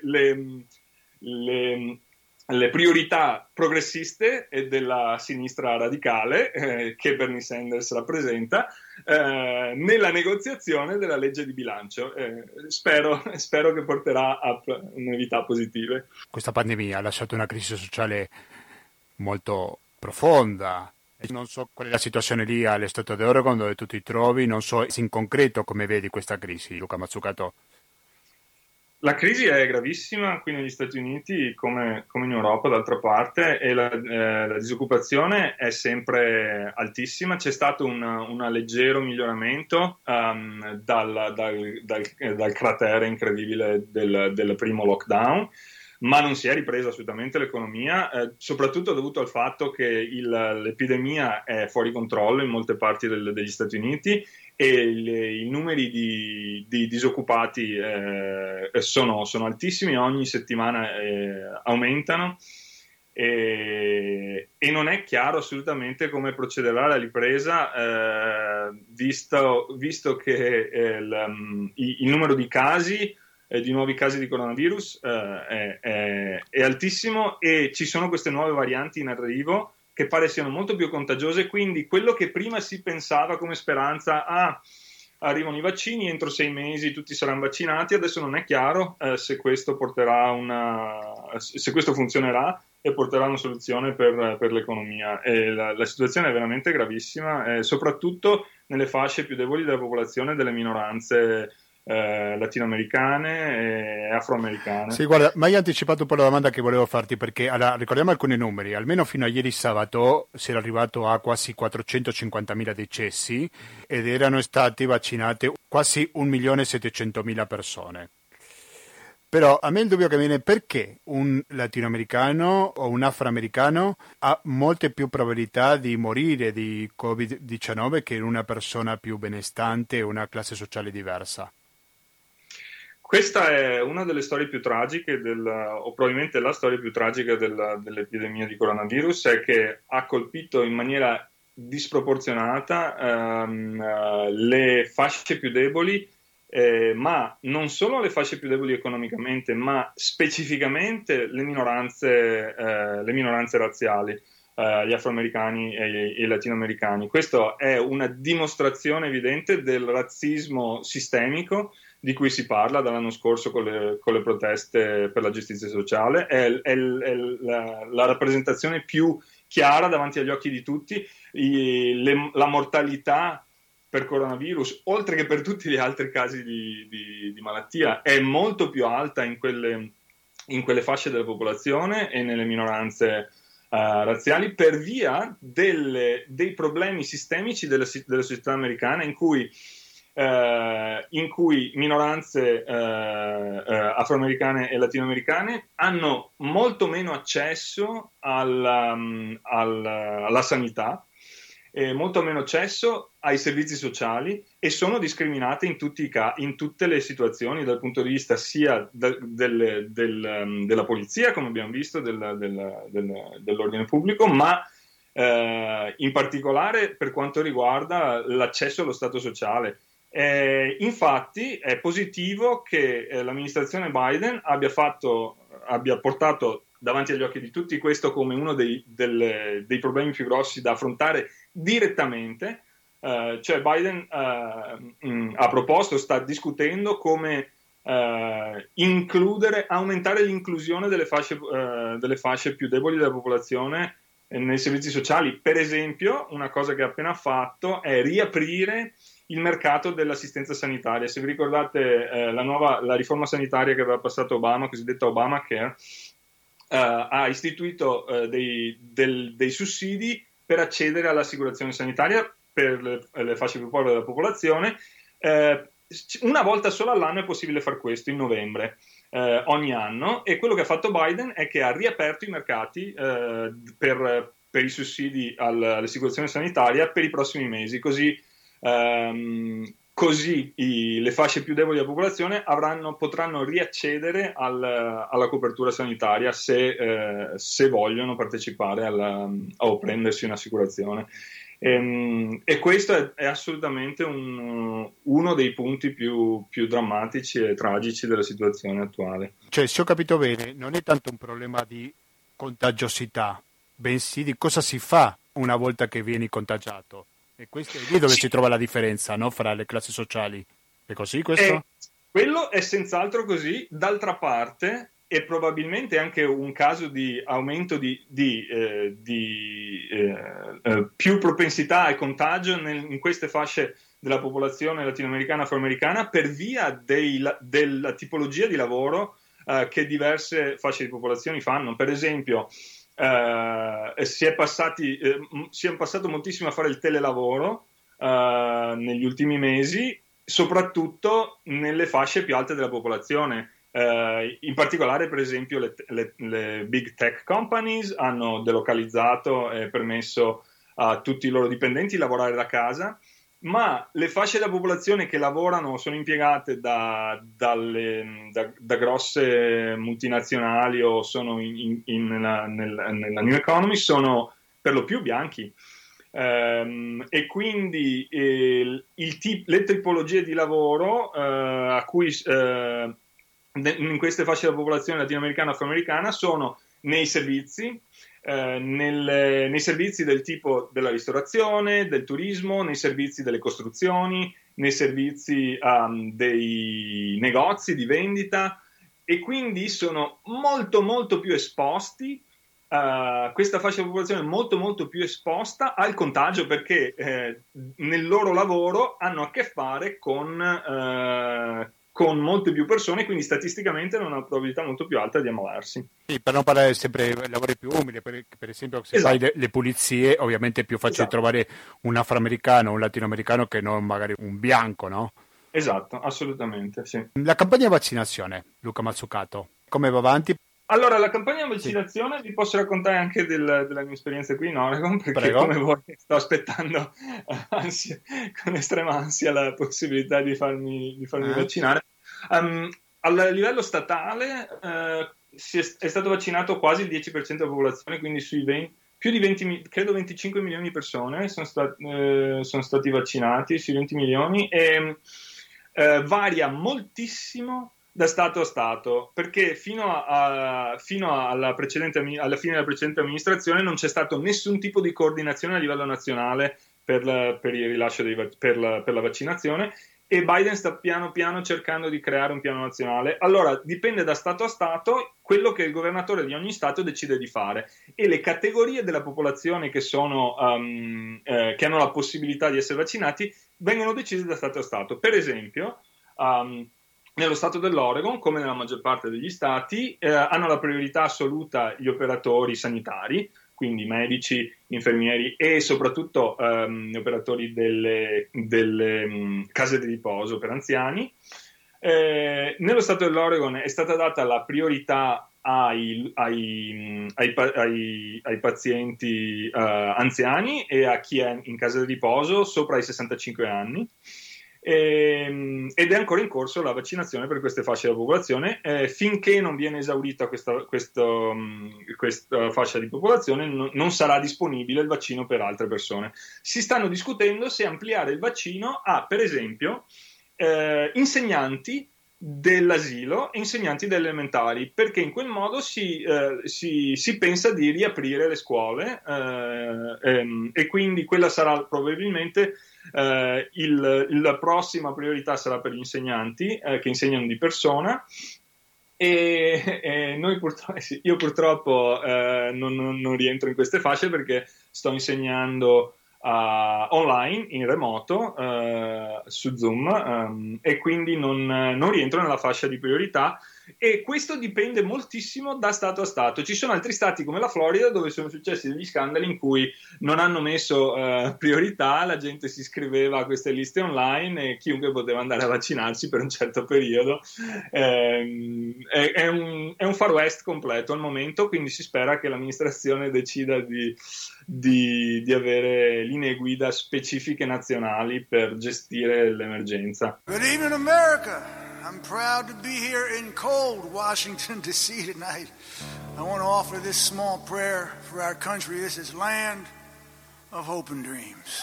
le priorità progressiste e della sinistra radicale che Bernie Sanders rappresenta nella negoziazione della legge di bilancio. Spero che porterà a novità positive. Questa pandemia ha lasciato una crisi sociale molto profonda. Non so qual è la situazione lì all'Estato d'Oregon dove tu ti trovi, non so in concreto come vedi questa crisi, Luca Mazzucato. La crisi è gravissima qui negli Stati Uniti come in Europa d'altra parte, e la disoccupazione è sempre altissima. C'è stato un leggero miglioramento dal cratere incredibile del primo lockdown, ma non si è ripresa assolutamente l'economia, soprattutto dovuto al fatto che l'epidemia è fuori controllo in molte parti degli Stati Uniti e i numeri di disoccupati sono altissimi, ogni settimana aumentano e non è chiaro assolutamente come procederà la ripresa, visto che il numero di casi di nuovi casi di coronavirus è altissimo, e ci sono queste nuove varianti in arrivo che pare siano molto più contagiose. Quindi quello che prima si pensava come speranza, arrivano i vaccini, entro 6 mesi tutti saranno vaccinati, adesso non è chiaro se questo se questo funzionerà e porterà una soluzione per l'economia. E la situazione è veramente gravissima, soprattutto nelle fasce più deboli della popolazione, delle minoranze latinoamericane e afroamericane. Sì, guarda, mi hai anticipato un po' la domanda che volevo farti, perché ricordiamo alcuni numeri. Almeno fino a ieri sabato si era arrivato a quasi 450.000 decessi ed erano state vaccinate quasi 1.700.000 persone. Però a me il dubbio che viene è perché un latinoamericano o un afroamericano ha molte più probabilità di morire di Covid-19 che una persona più benestante e una classe sociale diversa. Questa è una delle storie più tragiche, o probabilmente la storia più tragica dell'epidemia di coronavirus, è che ha colpito in maniera disproporzionata le fasce più deboli, ma non solo le fasce più deboli economicamente, ma specificamente le minoranze razziali, gli afroamericani e i latinoamericani. Questo è una dimostrazione evidente del razzismo sistemico di cui si parla dall'anno scorso con le proteste per la giustizia sociale. È la rappresentazione più chiara davanti agli occhi di tutti. La mortalità per coronavirus, oltre che per tutti gli altri casi di malattia, è molto più alta in quelle fasce della popolazione e nelle minoranze razziali, per via dei problemi sistemici della società americana, in cui minoranze afroamericane e latinoamericane hanno molto meno accesso alla sanità, molto meno accesso ai servizi sociali, e sono discriminate in tutte le situazioni, dal punto di vista sia della polizia, come abbiamo visto, dell'ordine pubblico, ma in particolare per quanto riguarda l'accesso allo stato sociale. Infatti è positivo che l'amministrazione Biden abbia portato davanti agli occhi di tutti questo come uno dei problemi più grossi da affrontare direttamente. Cioè Biden ha proposto, sta discutendo come aumentare l'inclusione delle fasce più deboli della popolazione nei servizi sociali. Per esempio, una cosa che ha appena fatto è riaprire il mercato dell'assistenza sanitaria. Se vi ricordate la riforma sanitaria che aveva passato Obama, cosiddetta Obamacare, ha istituito dei sussidi per accedere all'assicurazione sanitaria per le fasce più povere della popolazione. Una volta solo all'anno è possibile fare questo, in novembre, ogni anno, e quello che ha fatto Biden è che ha riaperto i mercati per i sussidi all'assicurazione sanitaria per i prossimi mesi, così le fasce più deboli della popolazione potranno riaccedere alla copertura sanitaria se vogliono partecipare o prendersi un'assicurazione. E questo è assolutamente uno dei punti più drammatici e tragici della situazione attuale. Cioè, se ho capito bene, non è tanto un problema di contagiosità, bensì di cosa si fa una volta che vieni contagiato. E questo è lì dove si trova la differenza, no? Fra le classi sociali. È così questo? Quello è senz'altro così. D'altra parte è probabilmente anche un caso di aumento di più propensità al contagio in queste fasce della popolazione latinoamericana, afroamericana, per via della tipologia di lavoro che diverse fasce di popolazione fanno. Per esempio, si è passato moltissimo a fare il telelavoro negli ultimi mesi, soprattutto nelle fasce più alte della popolazione. In particolare, per esempio, le big tech companies hanno delocalizzato e permesso a tutti i loro dipendenti di lavorare da casa, ma le fasce della popolazione che lavorano o sono impiegate da grosse multinazionali o sono nella new economy sono per lo più bianchi. E quindi le tipologie di lavoro a cui in queste fasce della popolazione latinoamericana e afroamericana sono nei servizi, nei servizi del tipo della ristorazione, del turismo, nei servizi delle costruzioni, nei servizi dei negozi di vendita, e quindi sono molto molto più esposti. Questa fascia di popolazione è molto molto più esposta al contagio, perché nel loro lavoro hanno a che fare con molte più persone, quindi statisticamente hanno una probabilità molto più alta di ammalarsi. Sì, per non parlare sempre di lavori più umili, per esempio se Esatto. fai le pulizie, ovviamente è più facile trovare un afroamericano o un latinoamericano che non magari un bianco, no? Esatto, assolutamente, sì. La campagna vaccinazione, Luca Mazzucato, come va avanti? Allora, la campagna di vaccinazione vi posso raccontare anche della mia esperienza qui in Oregon, perché Prego. come voi sto aspettando con estrema ansia la possibilità di farmi vaccinare. A livello statale è stato vaccinato quasi il 10% della popolazione, quindi più di 25 milioni di persone sono stati vaccinati, sui 20 milioni, e varia moltissimo da Stato a Stato, perché fino alla fine della precedente amministrazione non c'è stato nessun tipo di coordinazione a livello nazionale per il rilascio per la vaccinazione, e Biden sta piano piano cercando di creare un piano nazionale. Allora dipende da Stato a Stato quello che il governatore di ogni Stato decide di fare, e le categorie della popolazione che hanno la possibilità di essere vaccinati vengono decise da Stato a Stato. Per esempio, nello stato dell'Oregon, come nella maggior parte degli stati, hanno la priorità assoluta gli operatori sanitari, quindi medici, infermieri e soprattutto gli operatori delle case di riposo per anziani. Nello stato dell'Oregon è stata data la priorità ai pazienti anziani e a chi è in casa di riposo sopra i 65 anni. Ed è ancora in corso la vaccinazione per queste fasce della popolazione. Finché non viene esaurita questa fascia di popolazione non sarà disponibile il vaccino per altre persone. Si stanno discutendo se ampliare il vaccino a, per esempio, insegnanti dell'asilo e insegnanti delle elementari, perché in quel modo si pensa di riaprire le scuole, e quindi quella sarà probabilmente la prossima priorità sarà per gli insegnanti che insegnano di persona, e io purtroppo non rientro in queste fasce perché sto insegnando online, in remoto, su Zoom, e quindi non rientro nella fascia di priorità. E questo dipende moltissimo da stato a stato. Ci sono altri stati come la Florida dove sono successi degli scandali in cui non hanno messo priorità, la gente si iscriveva a queste liste online e chiunque poteva andare a vaccinarsi per un certo periodo. È un Far West completo al momento, quindi si spera che l'amministrazione decida di avere linee guida specifiche nazionali per gestire l'emergenza. Good evening, America. I'm proud to be here in cold Washington, D.C. tonight. I want to offer this small prayer for our country. This is land of hope and dreams.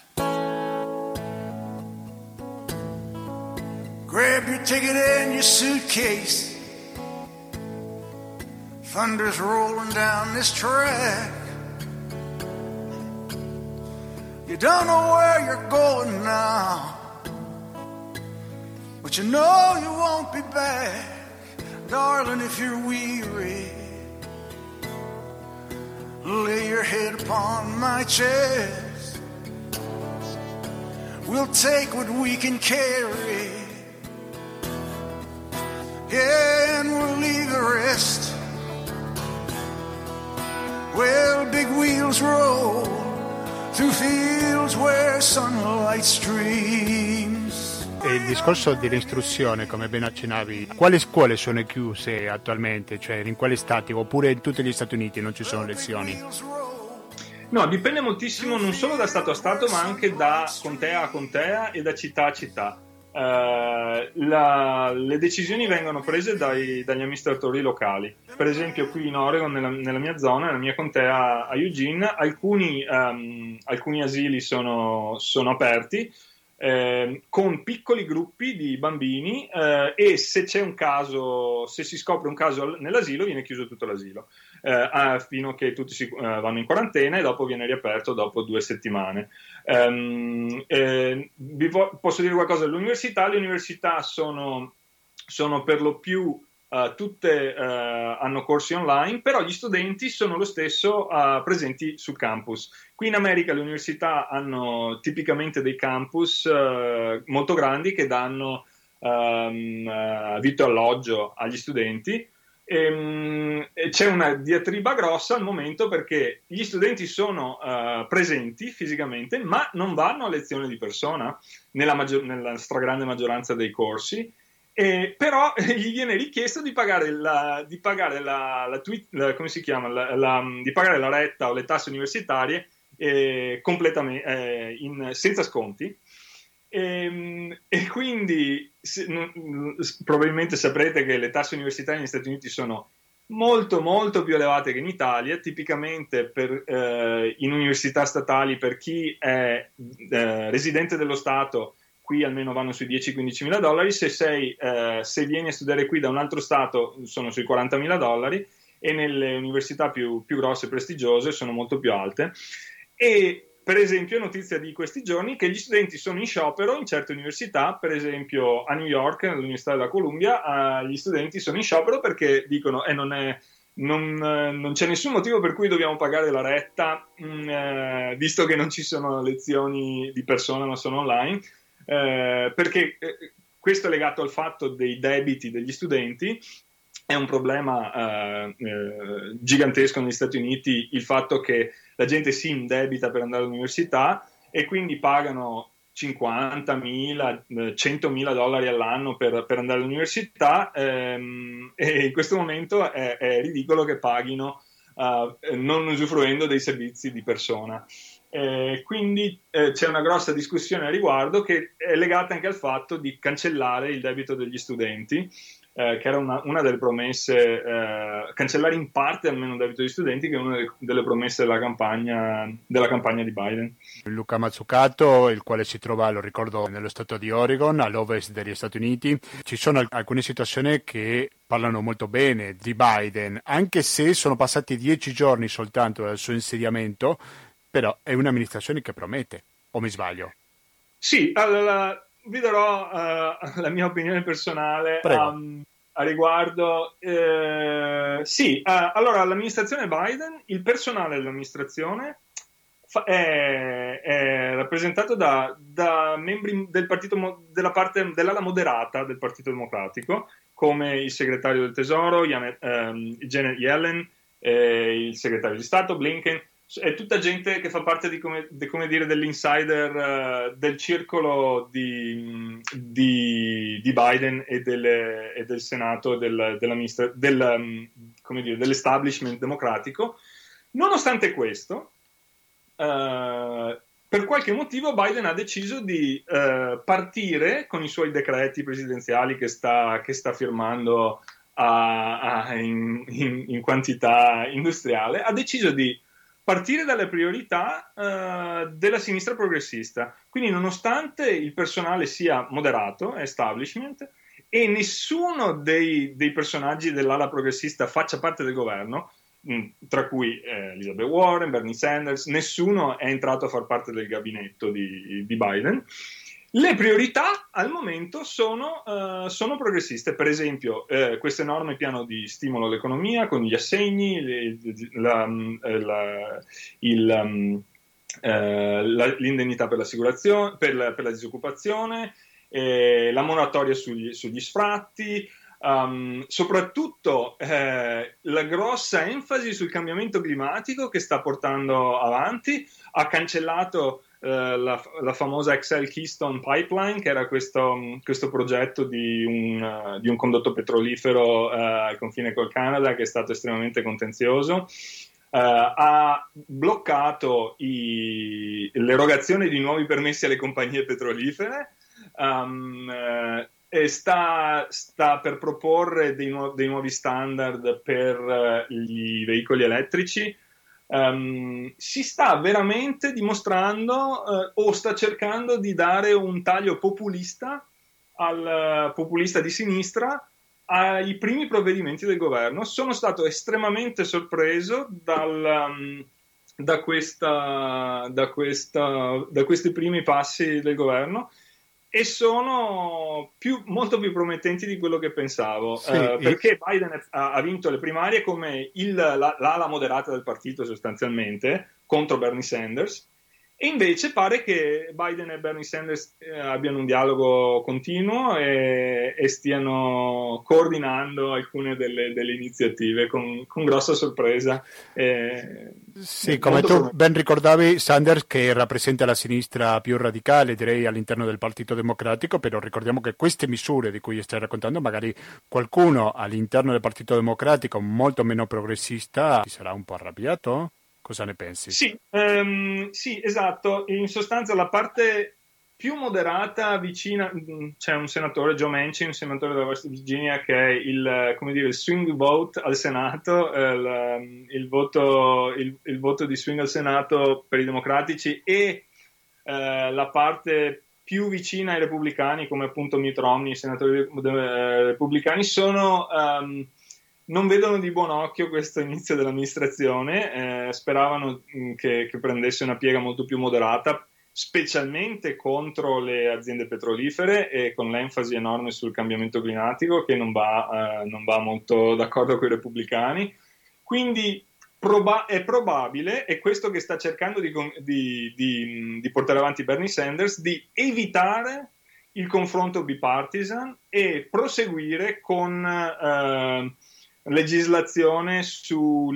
Grab your ticket and your suitcase. Thunder's rolling down this track. You don't know where you're going now, but you know you won't be back. Darling, if you're weary, lay your head upon my chest. We'll take what we can carry, yeah, and we'll leave the rest. Well, big wheels roll through fields where sunlight streams. E il discorso dell'istruzione, come ben accennavi, quali scuole sono chiuse attualmente? Cioè in quali stati? Oppure in tutti gli Stati Uniti non ci sono lezioni? No, dipende moltissimo non solo da stato a stato, ma anche da contea a contea e da città a città. Le decisioni vengono prese dagli amministratori locali. Per esempio qui in Oregon, nella mia zona, nella mia contea a Eugene, alcuni asili sono aperti, con piccoli gruppi di bambini, e se c'è un caso, se si scopre un caso nell'asilo, viene chiuso tutto l'asilo, fino a che tutti vanno in quarantena, e dopo viene riaperto dopo 2 settimane. Posso dire qualcosa dell'università? Le università sono per lo più tutte hanno corsi online, però gli studenti sono lo stesso presenti sul campus. Qui in America le università hanno tipicamente dei campus molto grandi che danno vitto e alloggio agli studenti. E c'è una diatriba grossa al momento perché gli studenti sono presenti fisicamente, ma non vanno a lezione di persona nella stragrande maggioranza dei corsi. Però gli viene richiesto di pagare di pagare la retta o le tasse universitarie completamente senza sconti. E quindi probabilmente saprete che le tasse universitarie negli Stati Uniti sono molto molto più elevate che in Italia. Tipicamente in università statali, per chi è residente dello Stato, qui almeno vanno sui $10-15.000, se vieni a studiare qui da un altro Stato sono sui $40.000, e nelle università più grosse e prestigiose sono molto più alte. E per esempio, notizia di questi giorni, che gli studenti sono in sciopero in certe università. Per esempio a New York, all'Università della Columbia, gli studenti sono in sciopero perché dicono non c'è nessun motivo per cui dobbiamo pagare la retta, visto che non ci sono lezioni di persona ma sono online, perché questo è legato al fatto dei debiti degli studenti. È un problema gigantesco negli Stati Uniti il fatto che la gente si indebita per andare all'università e quindi pagano $50.000, $100.000 all'anno per andare all'università, e in questo momento è ridicolo che paghino non usufruendo dei servizi di persona. Quindi c'è una grossa discussione a riguardo, che è legata anche al fatto di cancellare il debito degli studenti, che era una delle promesse, cancellare in parte almeno il debito degli studenti, che è una delle promesse della campagna di Biden. Luca Mazzucato, il quale si trova, lo ricordo, nello stato di Oregon, all'ovest degli Stati Uniti. Ci sono alcune situazioni che parlano molto bene di Biden, anche se sono passati 10 giorni soltanto dal suo insediamento, però è un'amministrazione che promette, o mi sbaglio? Sì, allora vi darò la mia opinione personale a riguardo. Sì, allora l'amministrazione Biden, il personale dell'amministrazione è rappresentato da membri del partito, dell'ala moderata del Partito Democratico, come il segretario del Tesoro, Janet Yellen, il segretario di Stato, Blinken. È tutta gente che fa parte di come dire, dell'insider del circolo di Biden e del Senato, dell'establishment democratico. Nonostante questo, per qualche motivo Biden ha deciso di partire con i suoi decreti presidenziali che sta firmando in quantità industriale. Ha deciso di partire dalle priorità della sinistra progressista. Quindi, nonostante il personale sia moderato, establishment, e nessuno dei personaggi dell'ala progressista faccia parte del governo, tra cui Elizabeth Warren, Bernie Sanders, nessuno è entrato a far parte del gabinetto di Biden. Le priorità al momento sono progressiste. Per esempio, questo enorme piano di stimolo all'economia con gli assegni, l'indennità per l'assicurazione, per la disoccupazione, la moratoria sugli sfratti. Soprattutto la grossa enfasi sul cambiamento climatico che sta portando avanti. Ha cancellato la famosa XL Keystone Pipeline, che era questo progetto di un condotto petrolifero al confine col Canada, che è stato estremamente contenzioso. Ha bloccato l'erogazione di nuovi permessi alle compagnie petrolifere. E sta per proporre dei nuovi standard per i veicoli elettrici. Si sta veramente dimostrando o sta cercando di dare un taglio populista di sinistra ai primi provvedimenti del governo. Sono stato estremamente sorpreso da questi primi passi del governo, e sono molto più promettenti di quello che pensavo, sì, perché Biden ha vinto le primarie come l'ala moderata del partito, sostanzialmente, contro Bernie Sanders, e invece pare che Biden e Bernie Sanders abbiano un dialogo continuo e stiano coordinando alcune delle iniziative con grossa sorpresa. Sì, come tu ben ricordavi, Sanders che rappresenta la sinistra più radicale, direi, all'interno del Partito Democratico, però ricordiamo che queste misure di cui stai raccontando, magari qualcuno all'interno del Partito Democratico molto meno progressista si sarà un po' arrabbiato? Cosa ne pensi? Sì, esatto. In sostanza la parte più moderata, vicina, c'è un senatore, Joe Manchin, un senatore della West Virginia, che è il swing vote al Senato, il voto di swing al Senato per i democratici, e la parte più vicina ai repubblicani, come appunto Mitt Romney, i senatori repubblicani, non vedono di buon occhio questo inizio dell'amministrazione, speravano che prendesse una piega molto più moderata, specialmente contro le aziende petrolifere e con l'enfasi enorme sul cambiamento climatico, che non va molto d'accordo con i repubblicani. Quindi è probabile, è questo che sta cercando di portare avanti Bernie Sanders, di evitare il confronto bipartisan e proseguire con legislazione su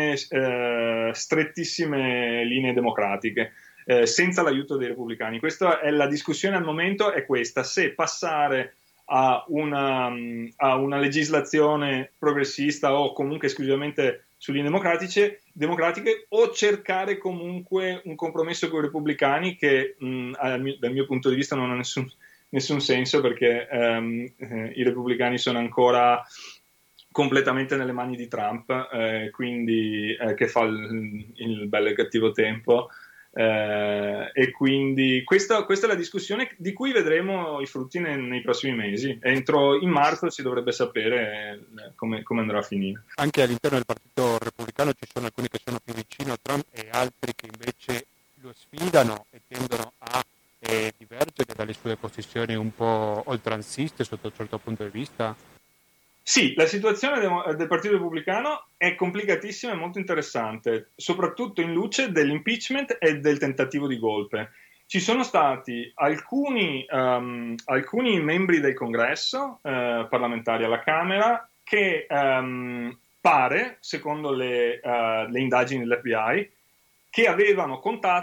strettissime linee democratiche, senza l'aiuto dei repubblicani. Questa è la discussione al momento, è questa: se passare a una legislazione progressista o comunque esclusivamente su linee democratiche, o cercare comunque un compromesso con i repubblicani che dal mio punto di vista non ha nessun senso, perché i repubblicani sono ancora completamente nelle mani di Trump, quindi che fa il bello e il cattivo tempo, e quindi questa è la discussione di cui vedremo i frutti nei prossimi mesi. In marzo si dovrebbe sapere come andrà a finire. Anche all'interno del Partito Repubblicano ci sono alcuni che sono più vicini a Trump e altri che invece lo sfidano e tendono a divergere dalle sue posizioni un po' oltranziste sotto un certo punto di vista. Sì, la situazione del Partito Repubblicano è complicatissima e molto interessante, soprattutto in luce dell'impeachment e del tentativo di golpe. ci sono stati alcuni membri del Congresso parlamentari alla Camera che pare, secondo le indagini dell'FBI, che abbiano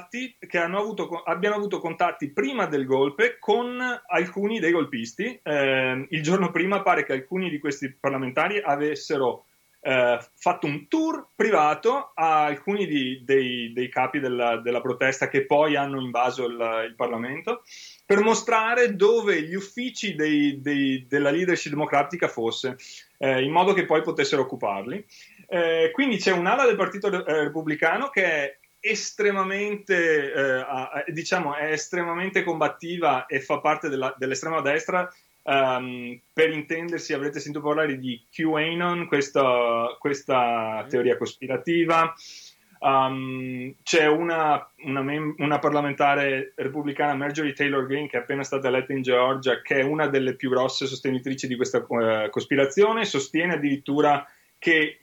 avuto contatti prima del golpe con alcuni dei golpisti. Il giorno prima pare che alcuni di questi parlamentari avessero fatto un tour privato a alcuni dei capi della protesta che poi hanno invaso il Parlamento, per mostrare dove gli uffici della leadership democratica fosse, in modo che poi potessero occuparli. Quindi c'è un'ala del Partito Repubblicano che è estremamente è estremamente combattiva e fa parte dell'estrema destra. Per intendersi, avrete sentito parlare di QAnon, questa teoria cospirativa. C'è una parlamentare repubblicana, Marjorie Taylor Greene, che è appena stata eletta in Georgia, che è una delle più grosse sostenitrici di questa cospirazione. Sostiene addirittura che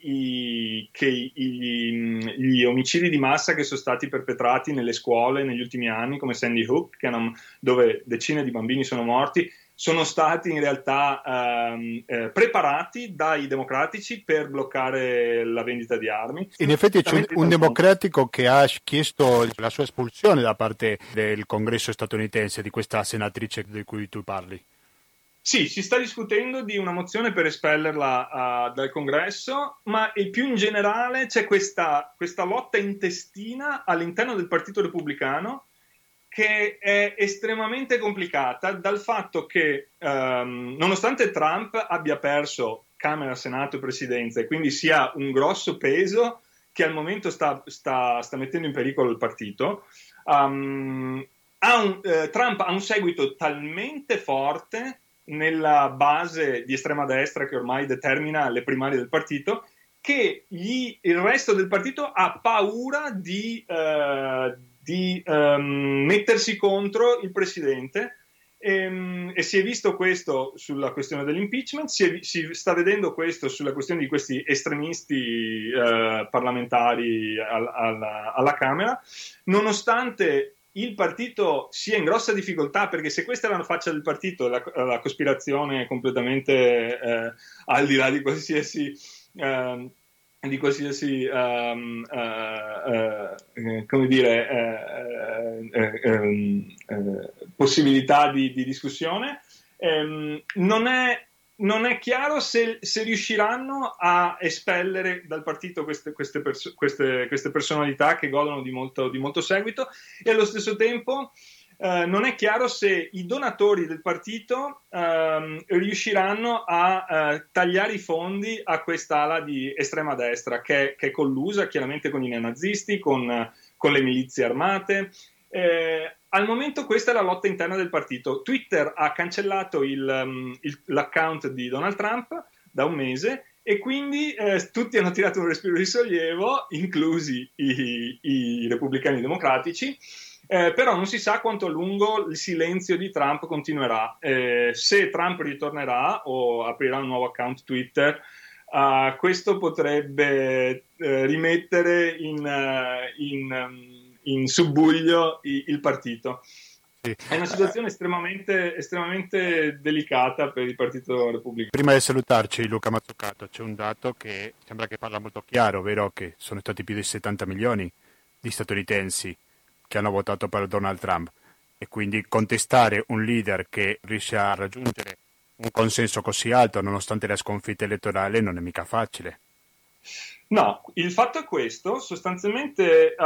gli omicidi di massa che sono stati perpetrati nelle scuole negli ultimi anni, come Sandy Hook, dove decine di bambini sono morti, sono stati in realtà preparati dai democratici per bloccare la vendita di armi. In effetti c'è un democratico che ha chiesto la sua espulsione da parte del Congresso statunitense, di questa senatrice di cui tu parli. Sì, si sta discutendo di una mozione per espellerla dal Congresso, ma più in generale c'è questa lotta intestina all'interno del Partito Repubblicano, che è estremamente complicata dal fatto che nonostante Trump abbia perso Camera, Senato e Presidenza e quindi sia un grosso peso che al momento sta mettendo in pericolo il partito, Trump ha un seguito talmente forte nella base di estrema destra che ormai determina le primarie del partito, che il resto del partito ha paura di mettersi contro il presidente, e si è visto questo sulla questione dell'impeachment, si sta vedendo questo sulla questione di questi estremisti parlamentari alla Camera, nonostante il partito sia in grossa difficoltà, perché se questa era la faccia del partito, la cospirazione completamente al di là di qualsiasi possibilità di discussione, non è chiaro se riusciranno a espellere dal partito queste personalità che godono di molto seguito, e allo stesso tempo non è chiaro se i donatori del partito riusciranno a tagliare i fondi a quest'ala di estrema destra che è collusa chiaramente con i neonazisti, con le milizie armate. Al momento questa è la lotta interna del partito. Twitter ha cancellato l'account di Donald Trump da un mese, e quindi tutti hanno tirato un respiro di sollievo, inclusi i repubblicani democratici, però non si sa quanto a lungo il silenzio di Trump continuerà. Se Trump ritornerà o aprirà un nuovo account Twitter, questo potrebbe rimettere in subbuglio il partito. Sì. È una situazione estremamente delicata per il Partito Repubblicano. Prima di salutarci, Luca Mazzucato, c'è un dato che sembra che parla molto chiaro, ovvero che sono stati più di 70 milioni di statunitensi che hanno votato per Donald Trump, e quindi contestare un leader che riesce a raggiungere un consenso così alto nonostante la sconfitta elettorale non è mica facile. No, il fatto è questo: sostanzialmente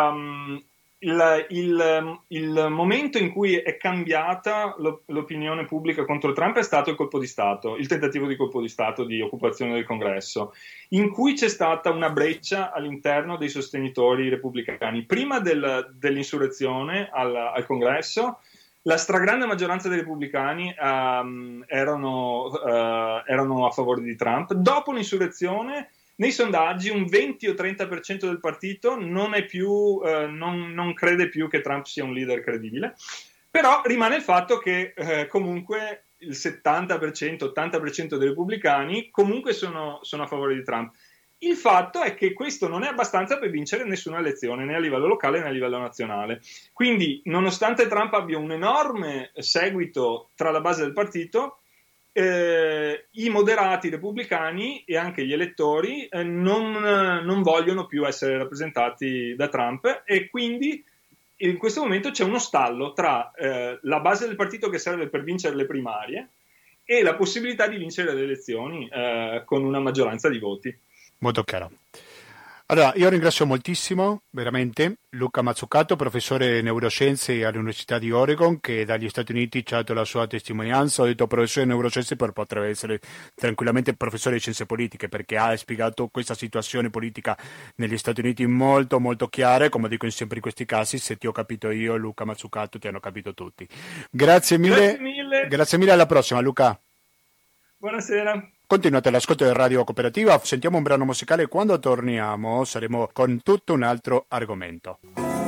il momento in cui è cambiata l'opinione pubblica contro Trump è stato il colpo di Stato, il tentativo di colpo di Stato di occupazione del Congresso, in cui c'è stata una breccia all'interno dei sostenitori repubblicani. Prima dell'insurrezione al Congresso, la stragrande maggioranza dei repubblicani erano a favore di Trump. Dopo l'insurrezione, nei sondaggi un 20 o 30% del partito non crede più che Trump sia un leader credibile, però rimane il fatto che comunque il 70%, 80% dei repubblicani comunque sono a favore di Trump. Il fatto è che questo non è abbastanza per vincere nessuna elezione, né a livello locale né a livello nazionale. Quindi, nonostante Trump abbia un enorme seguito tra la base del partito, i moderati repubblicani e anche gli elettori non vogliono più essere rappresentati da Trump, e quindi in questo momento c'è uno stallo tra la base del partito che serve per vincere le primarie e la possibilità di vincere le elezioni con una maggioranza di voti. Molto chiaro. Allora, io ringrazio moltissimo, veramente, Luca Mazzucato, professore di neuroscienze all'Università di Oregon, che dagli Stati Uniti ci ha dato la sua testimonianza. Ho detto professore di neuroscienze, per poter essere tranquillamente professore di scienze politiche, perché ha spiegato questa situazione politica negli Stati Uniti molto, molto chiara. Come dico sempre in questi casi, se ti ho capito io, Luca Mazzucato, ti hanno capito tutti. Grazie mille. Grazie mille, alla prossima, Luca. Buonasera. Continuate all'ascolto di Radio Cooperativa, sentiamo un brano musicale e quando torniamo saremo con tutto un altro argomento.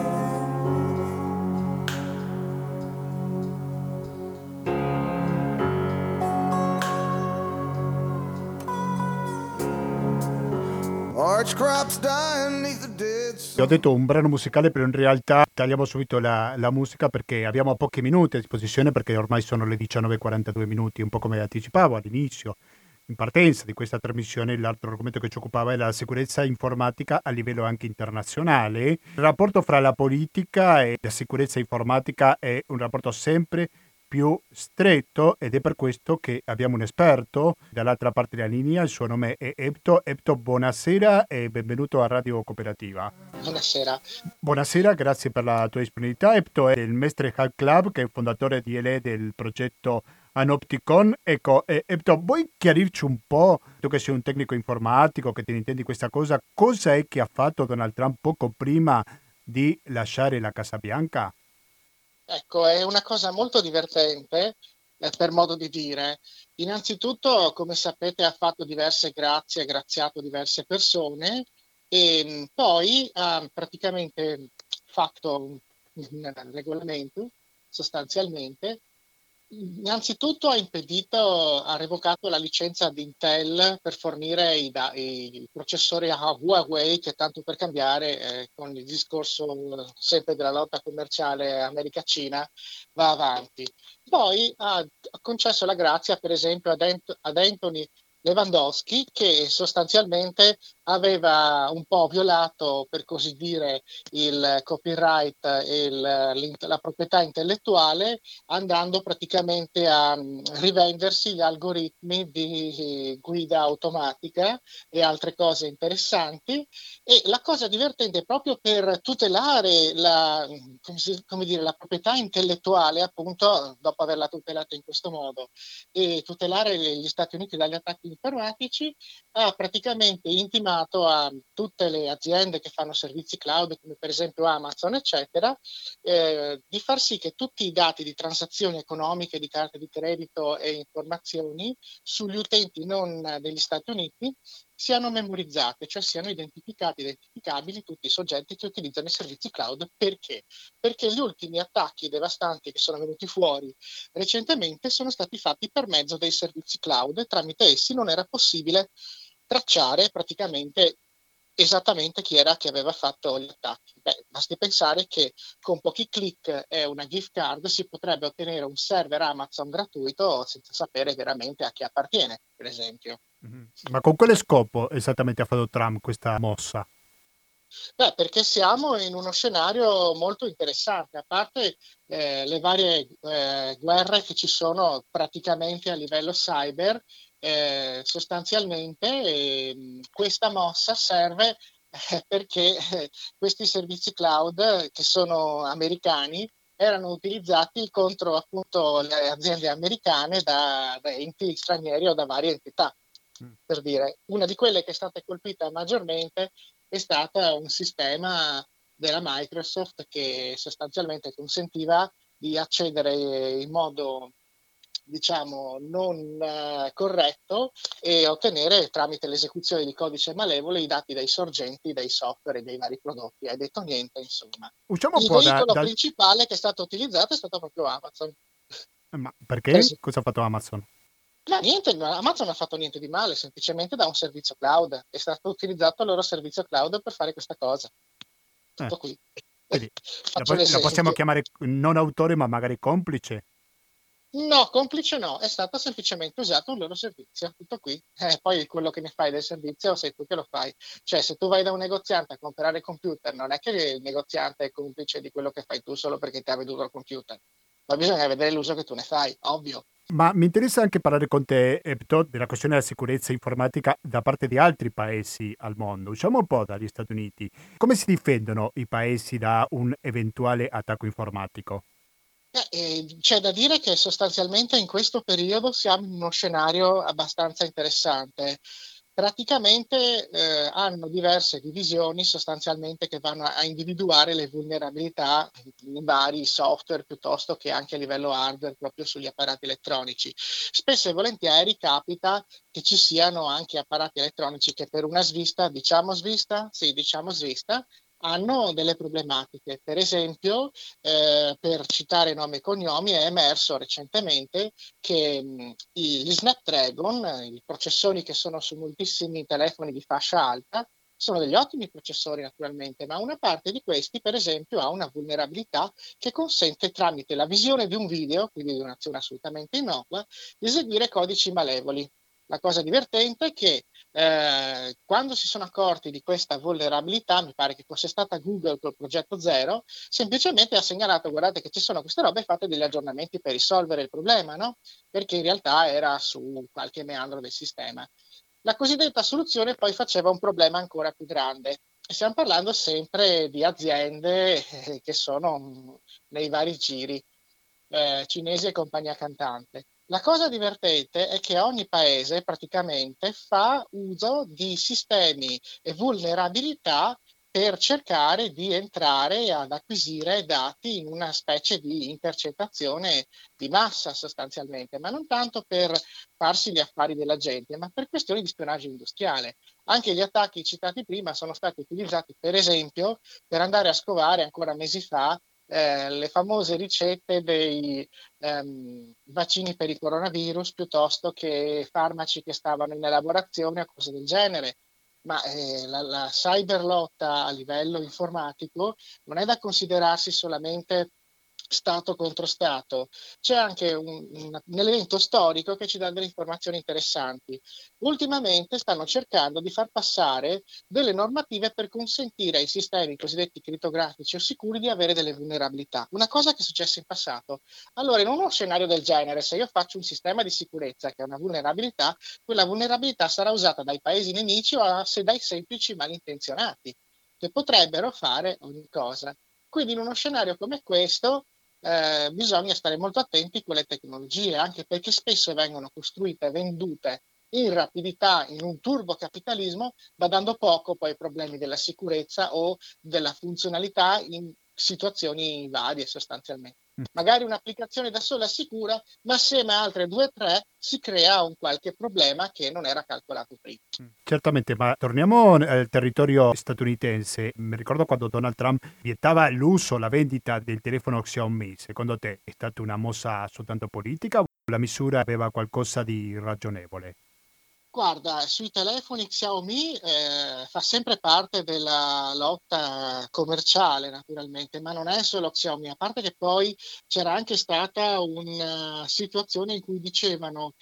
Ho detto un brano musicale, però in realtà tagliamo subito la musica perché abbiamo pochi minuti a disposizione, perché ormai sono le 19:42 minuti, un po' come anticipavo all'inizio. In partenza di questa trasmissione, l'altro argomento che ci occupava è la sicurezza informatica a livello anche internazionale. Il rapporto fra la politica e la sicurezza informatica è un rapporto sempre più stretto ed è per questo che abbiamo un esperto dall'altra parte della linea. Il suo nome è Epto. Epto, buonasera e benvenuto a Radio Cooperativa. Buonasera. Buonasera, grazie per la tua disponibilità. Epto è il Mestre Hack Club, che è il fondatore di LE del progetto Anopticon. Ecco, Epto, vuoi chiarirci un po', tu che sei un tecnico informatico, che ti intendi questa cosa, cosa è che ha fatto Donald Trump poco prima di lasciare la Casa Bianca? Ecco, è una cosa molto divertente, per modo di dire. Innanzitutto, come sapete, ha fatto diverse grazie, ha graziato diverse persone e poi ha praticamente fatto un regolamento, sostanzialmente. Innanzitutto ha revocato la licenza di Intel per fornire i processori a Huawei, che tanto per cambiare, con il discorso sempre della lotta commerciale America-Cina, va avanti. Poi ha concesso la grazia, per esempio, ad Anthony Lewandowski, che sostanzialmente aveva un po' violato, per così dire, il copyright e la proprietà intellettuale, andando praticamente a rivendersi gli algoritmi di guida automatica e altre cose interessanti. E la cosa divertente, proprio per tutelare la proprietà intellettuale, appunto, dopo averla tutelata in questo modo, e tutelare gli Stati Uniti dagli attacchi informatici, ha praticamente intimato a tutte le aziende che fanno servizi cloud, come per esempio Amazon, eccetera, di far sì che tutti i dati di transazioni economiche, di carte di credito e informazioni sugli utenti non degli Stati Uniti siano memorizzate, cioè siano identificabili tutti i soggetti che utilizzano i servizi cloud. Perché? Perché gli ultimi attacchi devastanti che sono venuti fuori recentemente sono stati fatti per mezzo dei servizi cloud, e tramite essi non era possibile tracciare praticamente esattamente chi era che aveva fatto gli attacchi. Basti pensare che con pochi click e una gift card si potrebbe ottenere un server Amazon gratuito senza sapere veramente a chi appartiene, per esempio. Ma con quale scopo esattamente ha fatto Trump questa mossa? Perché siamo in uno scenario molto interessante, a parte le varie guerre che ci sono praticamente a livello cyber. Sostanzialmente questa mossa serve perché questi servizi cloud, che sono americani, erano utilizzati contro appunto le aziende americane da enti stranieri o da varie entità. Per dire, una di quelle che è stata colpita maggiormente è stata un sistema della Microsoft che sostanzialmente consentiva di accedere in modo, diciamo, non corretto e ottenere tramite l'esecuzione di codice malevole i dati dei sorgenti, dei software e dei vari prodotti. Hai detto niente, insomma. Il veicolo principale che è stato utilizzato è stato proprio Amazon. Ma perché? Cosa ha fatto Amazon? Ma niente, Amazon non ha fatto niente di male, semplicemente da un servizio cloud. È stato utilizzato il loro servizio cloud per fare questa cosa. Eh, Tutto qui. quindi Faccio la possiamo l'esempio. chiamare non autore, ma magari complice. No, complice no, è stato semplicemente usato un loro servizio, tutto qui. Poi quello che ne fai del servizio sei tu che lo fai. Cioè, se tu vai da un negoziante a comprare computer, non è che il negoziante è complice di quello che fai tu solo perché ti ha venduto il computer. Ma bisogna vedere l'uso che tu ne fai, ovvio. Ma mi interessa anche parlare con te, Epto, della questione della sicurezza informatica da parte di altri paesi al mondo. Usciamo un po' dagli Stati Uniti. Come si difendono i paesi da un eventuale attacco informatico? C'è da dire che sostanzialmente in questo periodo siamo in uno scenario abbastanza interessante. Praticamente hanno diverse divisioni sostanzialmente che vanno a individuare le vulnerabilità in vari software piuttosto che anche a livello hardware proprio sugli apparati elettronici. Spesso e volentieri capita che ci siano anche apparati elettronici che per una svista, diciamo svista? Sì, diciamo svista, hanno delle problematiche. Per esempio, per citare nomi e cognomi, è emerso recentemente che gli Snapdragon, i processori che sono su moltissimi telefoni di fascia alta, sono degli ottimi processori naturalmente, ma una parte di questi, per esempio, ha una vulnerabilità che consente tramite la visione di un video, quindi di un'azione assolutamente innocua, di eseguire codici malevoli. La cosa divertente è che quando si sono accorti di questa vulnerabilità, mi pare che fosse stata Google col progetto Zero, semplicemente ha segnalato: guardate che ci sono queste robe, fate degli aggiornamenti per risolvere il problema, no? Perché in realtà era su qualche meandro del sistema. La cosiddetta soluzione poi faceva un problema ancora più grande. E stiamo parlando sempre di aziende che sono nei vari giri, cinesi e compagnia cantante. La cosa divertente è che ogni paese praticamente fa uso di sistemi e vulnerabilità per cercare di entrare ad acquisire dati in una specie di intercettazione di massa sostanzialmente, ma non tanto per farsi gli affari della gente, ma per questioni di spionaggio industriale. Anche gli attacchi citati prima sono stati utilizzati, per esempio, per andare a scovare ancora mesi fa le famose ricette dei vaccini per il coronavirus piuttosto che farmaci che stavano in elaborazione o cose del genere. Ma la cyberlotta a livello informatico non è da considerarsi solamente Stato contro Stato, c'è anche un elemento storico che ci dà delle informazioni interessanti. Ultimamente stanno cercando di far passare delle normative per consentire ai sistemi cosiddetti criptografici o sicuri di avere delle vulnerabilità, una cosa che è successa in passato. Allora, in uno scenario del genere, se io faccio un sistema di sicurezza che ha una vulnerabilità, quella vulnerabilità sarà usata dai paesi nemici o se dai semplici malintenzionati, che potrebbero fare ogni cosa. Quindi in uno scenario come questo bisogna stare molto attenti con le tecnologie, anche perché spesso vengono costruite e vendute in rapidità, in un turbocapitalismo, badando poco poi ai problemi della sicurezza o della funzionalità in situazioni varie sostanzialmente. Magari un'applicazione da sola è sicura, ma assieme a altre 2 o 3 si crea un qualche problema che non era calcolato prima. Certamente, ma torniamo al territorio statunitense. Mi ricordo quando Donald Trump vietava l'uso, la vendita del telefono Xiaomi. Secondo te è stata una mossa soltanto politica o la misura aveva qualcosa di ragionevole? Guarda, sui telefoni Xiaomi fa sempre parte della lotta commerciale, naturalmente, ma non è solo Xiaomi, a parte che poi c'era anche stata una situazione in cui dicevano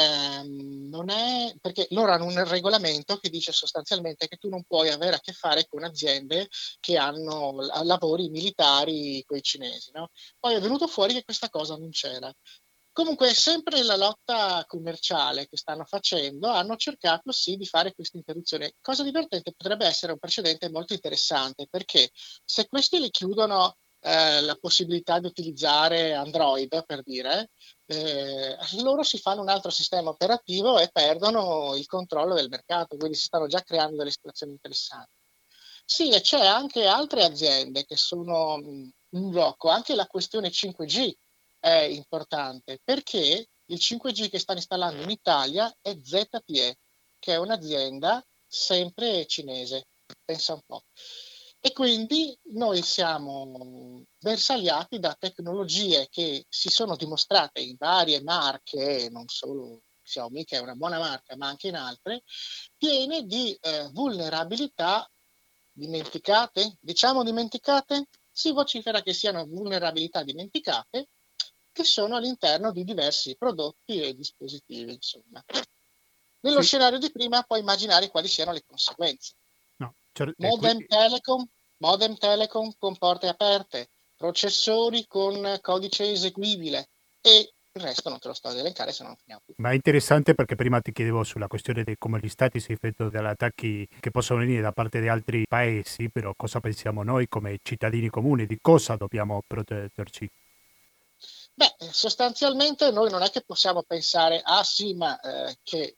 non è perché loro hanno un regolamento che dice sostanzialmente che tu non puoi avere a che fare con aziende che hanno lavori militari con i cinesi, no? Poi è venuto fuori che questa cosa non c'era. Comunque, sempre nella lotta commerciale che stanno facendo, hanno cercato sì di fare questa interruzione. Cosa divertente, potrebbe essere un precedente molto interessante, perché se questi li chiudono la possibilità di utilizzare Android, per dire, loro si fanno un altro sistema operativo e perdono il controllo del mercato, quindi si stanno già creando delle situazioni interessanti. Sì, e c'è anche altre aziende che sono in blocco, anche la questione 5G è importante perché il 5G che stanno installando in Italia è ZTE, che è un'azienda sempre cinese, pensa un po'. E quindi noi siamo bersagliati da tecnologie che si sono dimostrate in varie marche, non solo Xiaomi, che è una buona marca, ma anche in altre, piene di vulnerabilità dimenticate. Diciamo dimenticate? Si vocifera che siano vulnerabilità dimenticate che sono all'interno di diversi prodotti e dispositivi, insomma. Nello scenario di prima puoi immaginare quali siano le conseguenze. No, Modem Telecom con porte aperte, processori con codice eseguibile e il resto non te lo sto ad elencare, se no non finiamo più. Ma è interessante perché prima ti chiedevo sulla questione di come gli stati si difendono dagli attacchi che possono venire da parte di altri paesi, però cosa pensiamo noi come cittadini comuni, di cosa dobbiamo proteggerci? Beh, sostanzialmente noi non è che possiamo pensare, sì, ma che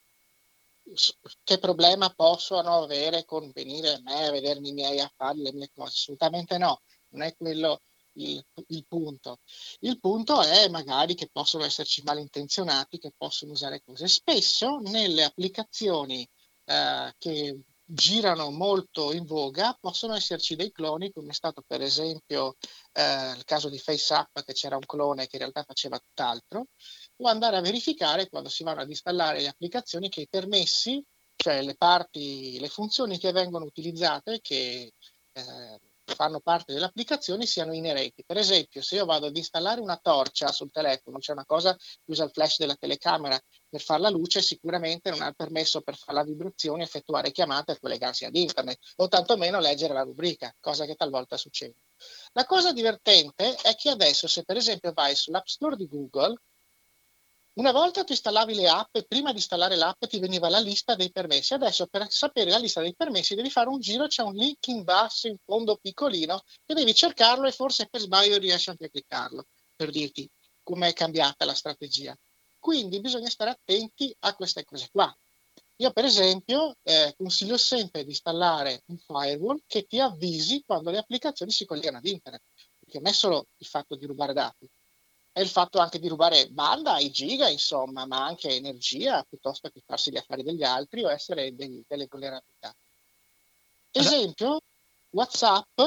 problema possono avere con venire a me a vedermi i miei affari, le mie cose? Assolutamente no, non è quello il punto. Il punto è magari che possono esserci malintenzionati che possono usare cose. Spesso nelle applicazioni che girano molto in voga possono esserci dei cloni, come è stato per esempio il caso di FaceApp, che c'era un clone che in realtà faceva tutt'altro, o andare a verificare quando si vanno ad installare le applicazioni che i permessi, cioè le funzioni che vengono utilizzate, che fanno parte delle applicazioni, siano inerenti. Per esempio, se io vado ad installare una torcia sul telefono, c'è una cosa che usa il flash della telecamera per fare la luce, sicuramente non ha il permesso per fare la vibrazione, effettuare chiamate e collegarsi ad internet, o tantomeno leggere la rubrica, cosa che talvolta succede. La cosa divertente è che adesso, se per esempio vai sull'App Store di Google, una volta tu installavi le app e prima di installare l'app ti veniva la lista dei permessi. Adesso per sapere la lista dei permessi devi fare un giro, c'è un link in basso, in fondo piccolino, che devi cercarlo e forse per sbaglio riesci anche a cliccarlo, per dirti com'è cambiata la strategia. Quindi bisogna stare attenti a queste cose qua. Io per esempio consiglio sempre di installare un firewall che ti avvisi quando le applicazioni si collegano ad internet, perché non è solo il fatto di rubare dati, è il fatto anche di rubare banda, i giga, insomma, ma anche energia, piuttosto che farsi gli affari degli altri o essere delle vulnerabilità. Esempio, WhatsApp,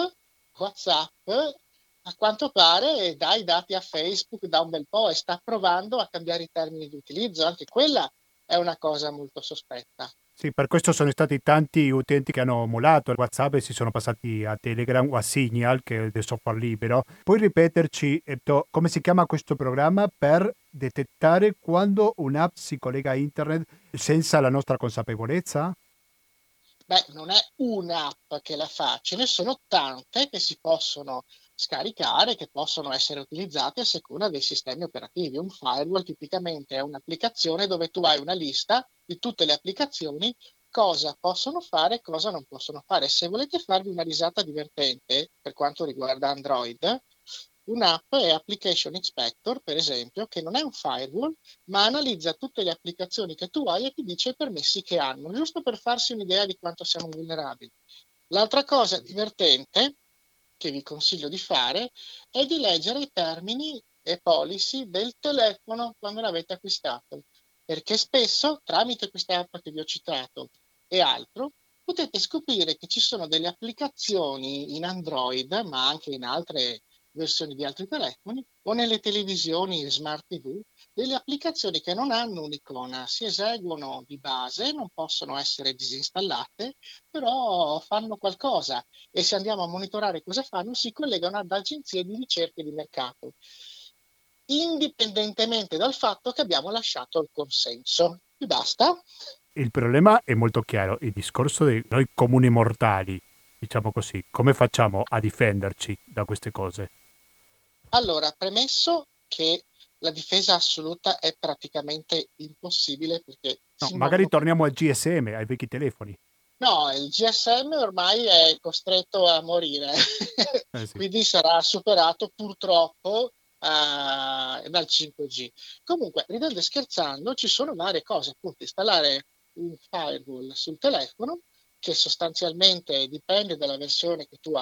a quanto pare dà i dati a Facebook da un bel po' e sta provando a cambiare i termini di utilizzo. Anche quella è una cosa molto sospetta. Sì, per questo sono stati tanti utenti che hanno emulato WhatsApp e si sono passati a Telegram o a Signal, che è del software libero. Puoi ripeterci, come si chiama questo programma per detettare quando un'app si collega a internet senza la nostra consapevolezza? Beh, non è un'app che la fa, ce ne sono tante che si possono scaricare, che possono essere utilizzate a seconda dei sistemi operativi. Un firewall tipicamente è un'applicazione dove tu hai una lista di tutte le applicazioni, cosa possono fare e cosa non possono fare. Se volete farvi una risata divertente per quanto riguarda Android, un'app è Application Inspector, per esempio, che non è un firewall, ma analizza tutte le applicazioni che tu hai e ti dice i permessi che hanno, giusto per farsi un'idea di quanto siamo vulnerabili. L'altra cosa divertente che vi consiglio di fare è di leggere i termini e policy del telefono quando l'avete acquistato, perché spesso tramite queste app che vi ho citato e altro potete scoprire che ci sono delle applicazioni in Android, ma anche in altre versioni di altri telefoni o nelle televisioni smart TV, delle applicazioni che non hanno un'icona, si eseguono di base, non possono essere disinstallate, però fanno qualcosa e se andiamo a monitorare cosa fanno si collegano ad agenzie di ricerche di mercato, indipendentemente dal fatto che abbiamo lasciato il consenso. E basta. Il problema è molto chiaro, il discorso di noi comuni mortali, diciamo così, come facciamo a difenderci da queste cose? Allora, premesso che la difesa assoluta è praticamente impossibile perché... No, magari torniamo al GSM, ai vecchi telefoni. No, il GSM ormai è costretto a morire, Sì. quindi sarà superato purtroppo dal 5G. Comunque, ridendo e scherzando, ci sono varie cose, appunto, installare un firewall sul telefono, che sostanzialmente dipende dalla versione che tu hai,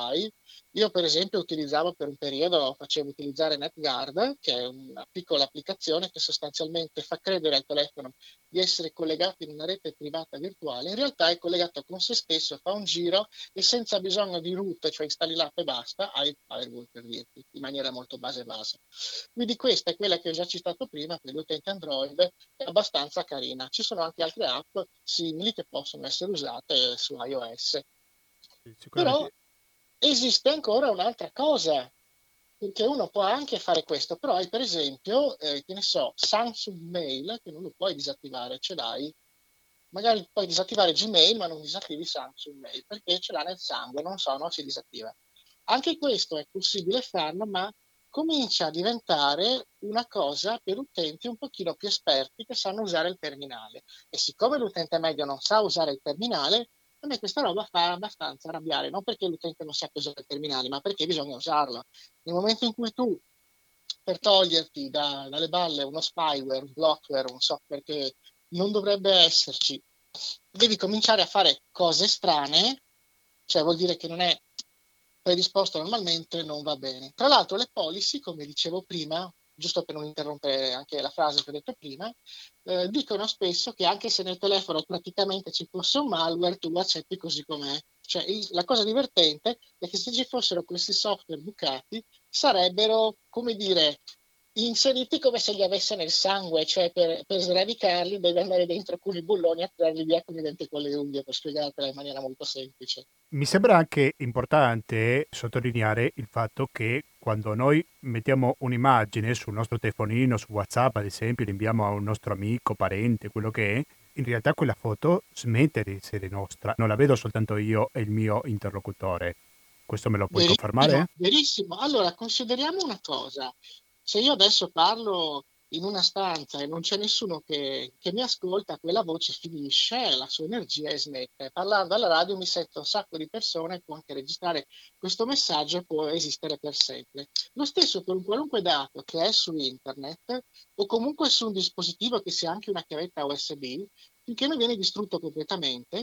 Io per esempio utilizzavo per un periodo, facevo utilizzare NetGuard, che è una piccola applicazione che sostanzialmente fa credere al telefono di essere collegato in una rete privata virtuale, in realtà è collegato con se stesso, fa un giro e senza bisogno di root, cioè installi l'app e basta, hai il firewall per dirti, in maniera molto base. Quindi questa è quella che ho già citato prima per gli utenti Android, è abbastanza carina. Ci sono anche altre app simili che possono essere usate su iOS. Sì, Però sicuramente. esiste ancora un'altra cosa, perché uno può anche fare questo, però hai per esempio, che ne so, Samsung Mail, che non lo puoi disattivare, ce l'hai. Magari puoi disattivare Gmail, ma non disattivi Samsung Mail, perché ce l'ha nel sangue, non so, non si disattiva. Anche questo è possibile farlo, ma comincia a diventare una cosa per utenti un pochino più esperti che sanno usare il terminale. E siccome l'utente medio non sa usare il terminale, a me questa roba fa abbastanza arrabbiare, non perché l'utente non sappia usare il terminale, ma perché bisogna usarlo. Nel momento in cui tu, per toglierti dalle balle uno spyware, un blockware, un software che non dovrebbe esserci, devi cominciare a fare cose strane, cioè vuol dire che non è predisposto normalmente, non va bene. Tra l'altro le policy, come dicevo prima, giusto per non interrompere anche la frase che ho detto prima, dicono spesso che anche se nel telefono praticamente ci fosse un malware, tu lo accetti così com'è. Cioè, la cosa divertente è che se ci fossero questi software bucati, sarebbero, come dire, inseriti come se li avesse nel sangue, cioè per sradicarli devi andare dentro alcuni bulloni e tirarli via con i denti e con le unghie, per spiegartela in maniera molto semplice. Mi sembra anche importante sottolineare il fatto che quando noi mettiamo un'immagine sul nostro telefonino, su WhatsApp ad esempio, li inviamo a un nostro amico, parente, quello che è, in realtà quella foto smette di essere nostra. Non la vedo soltanto io e il mio interlocutore. Questo me lo puoi Verissimo, confermare? verissimo. Allora, consideriamo una cosa. Se io adesso parlo in una stanza e non c'è nessuno che mi ascolta, quella voce finisce, la sua energia e smette. Parlando alla radio mi sento un sacco di persone, può anche registrare questo messaggio e può esistere per sempre. Lo stesso per un qualunque dato che è su internet o comunque su un dispositivo che sia anche una chiavetta USB, finché non viene distrutto completamente,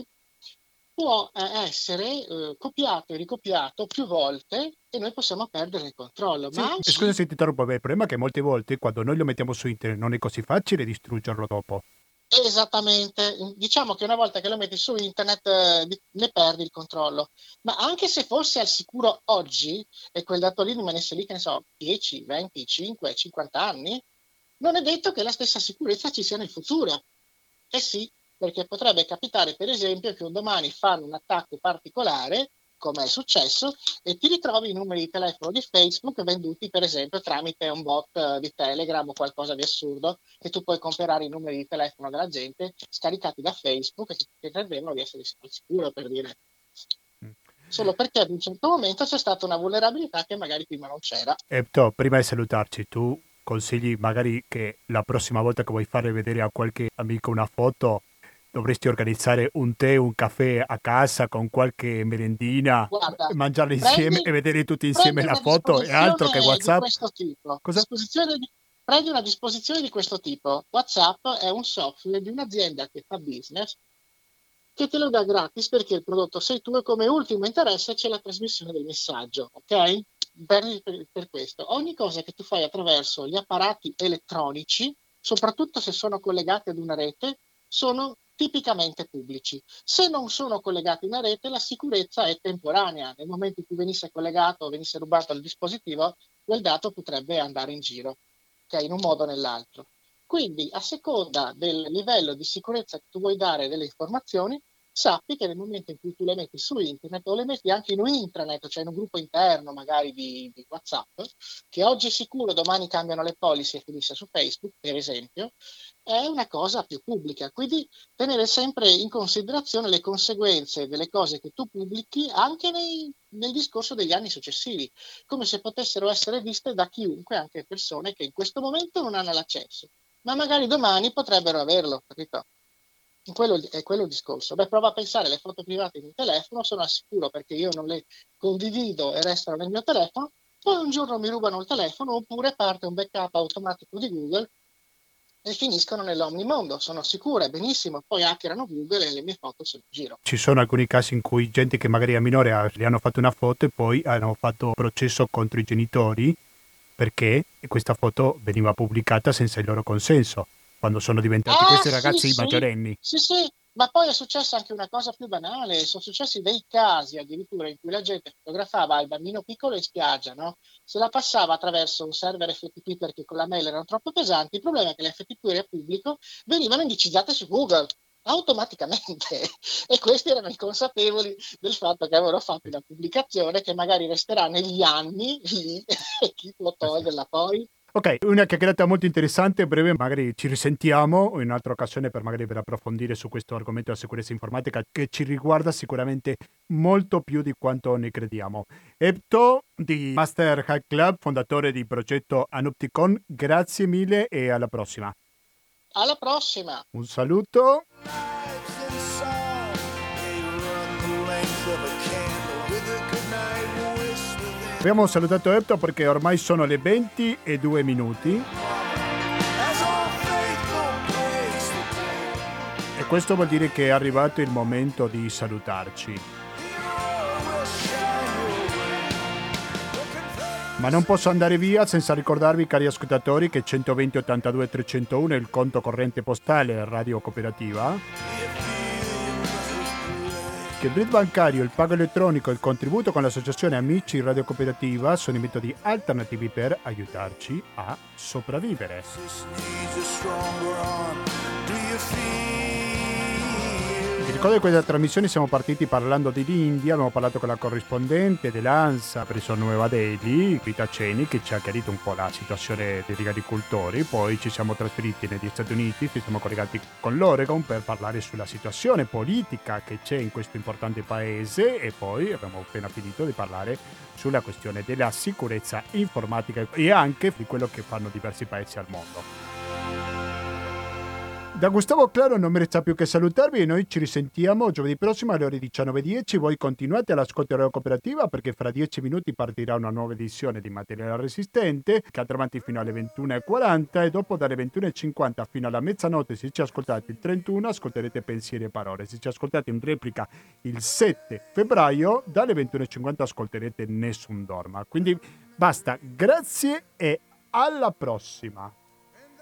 può essere copiato e ricopiato più volte e noi possiamo perdere il controllo. Sì, Ma scusa oggi, se ti interrompo, beh, il problema è che molte volte quando noi lo mettiamo su internet non è così facile distruggerlo dopo. esattamente, diciamo che una volta che lo metti su internet ne perdi il controllo. Ma anche se fosse al sicuro oggi e quel dato lì rimanesse lì, che ne so, 10, 25, 50 anni, non è detto che la stessa sicurezza ci sia nel futuro. Eh sì, perché potrebbe capitare, per esempio, che un domani fanno un attacco particolare, come è successo, e ti ritrovi i numeri di telefono di Facebook venduti, per esempio, tramite un bot di Telegram o qualcosa di assurdo, che tu puoi comprare i numeri di telefono della gente scaricati da Facebook e che credevano di essere al sicuro, per dire. Mm. Solo perché ad un certo momento c'è stata una vulnerabilità che magari prima non c'era. Prima di salutarci, tu consigli magari che la prossima volta che vuoi fare vedere a qualche amico una foto, dovresti organizzare un tè, un caffè a casa con qualche merendina, Guarda, mangiarle insieme prendi, e vedere tutti insieme prendi la una foto e altro che disposizione di WhatsApp. questo tipo. Cosa? Prendi una disposizione di questo tipo. WhatsApp è un software di un'azienda che fa business che te lo dà gratis perché il prodotto sei tu e come ultimo interesse c'è la trasmissione del messaggio, ok? Per questo. Ogni cosa che tu fai attraverso gli apparati elettronici, soprattutto se sono collegati ad una rete, sono tipicamente pubblici. Se non sono collegati a una rete, la sicurezza è temporanea. Nel momento in cui venisse collegato o venisse rubato il dispositivo, quel dato potrebbe andare in giro, ok? In un modo o nell'altro. Quindi, a seconda del livello di sicurezza che tu vuoi dare delle informazioni, sappi che nel momento in cui tu le metti su internet o le metti anche in un intranet, cioè in un gruppo interno magari di WhatsApp, che oggi è sicuro, domani cambiano le policy e finisce su Facebook, per esempio, è una cosa più pubblica. Quindi tenere sempre in considerazione le conseguenze delle cose che tu pubblichi anche nel discorso degli anni successivi, come se potessero essere viste da chiunque, anche persone che in questo momento non hanno l'accesso, ma magari domani potrebbero averlo, capito? È quello il discorso. Beh, prova a pensare, le foto private in un telefono sono al sicuro perché io non le condivido e restano nel mio telefono, poi un giorno mi rubano il telefono oppure parte un backup automatico di Google e finiscono nell'omnimondo, sono sicure, benissimo. Poi hackerano Google e le mie foto sono in giro. Ci sono alcuni casi in cui gente che magari è minore gli hanno fatto una foto e poi hanno fatto processo contro i genitori perché questa foto veniva pubblicata senza il loro consenso, quando sono diventati questi ragazzi maggiorenni. Sì, ma poi è successa anche una cosa più banale, sono successi dei casi addirittura in cui la gente fotografava il bambino piccolo in spiaggia, no? Se la passava attraverso un server FTP perché con la mail erano troppo pesanti, il problema è che le FTP era pubblico, venivano indicizzate su Google automaticamente e questi erano inconsapevoli del fatto che avevano fatto una pubblicazione che magari resterà negli anni lì e chi può toglierla poi. Ok, una chiacchierata molto interessante, breve, magari ci risentiamo in un'altra occasione per approfondire su questo argomento della sicurezza informatica che ci riguarda sicuramente molto più di quanto ne crediamo. Epto di Master Hack Club, fondatore di progetto Anupticon, grazie mille e alla prossima. Alla prossima! Un saluto. Abbiamo salutato Epto perché ormai sono le 20:02 e questo vuol dire che è arrivato il momento di salutarci. Ma non posso andare via senza ricordarvi, cari ascoltatori, che 120 82 301 è il conto corrente postale Radio Cooperativa, che il RID bancario, il pago elettronico e il contributo con l'associazione Amici Radio Cooperativa sono i metodi alternativi per aiutarci a sopravvivere. Vi ricordo che questa trasmissione siamo partiti parlando dell'India, abbiamo parlato con la corrispondente dell'ANSA presso Nuova Delhi, Rita Ceni, che ci ha chiarito un po' la situazione degli agricoltori, poi ci siamo trasferiti negli Stati Uniti, ci siamo collegati con l'Oregon per parlare sulla situazione politica che c'è in questo importante paese e poi abbiamo appena finito di parlare sulla questione della sicurezza informatica e anche di quello che fanno diversi paesi al mondo. Da Gustavo Claro non mi resta più che salutarvi e noi ci risentiamo giovedì prossimo alle ore 19:10. Voi continuate all'ascolto Radio Cooperativa perché fra 10 minuti partirà una nuova edizione di Materiale Resistente che andrà avanti fino alle 21:40 e dopo dalle 21:50 fino alla mezzanotte, se ci ascoltate il 31, ascolterete Pensieri e Parole. Se ci ascoltate in replica il 7 febbraio dalle 21:50 ascolterete Nessun Dorma. Quindi basta, grazie e alla prossima.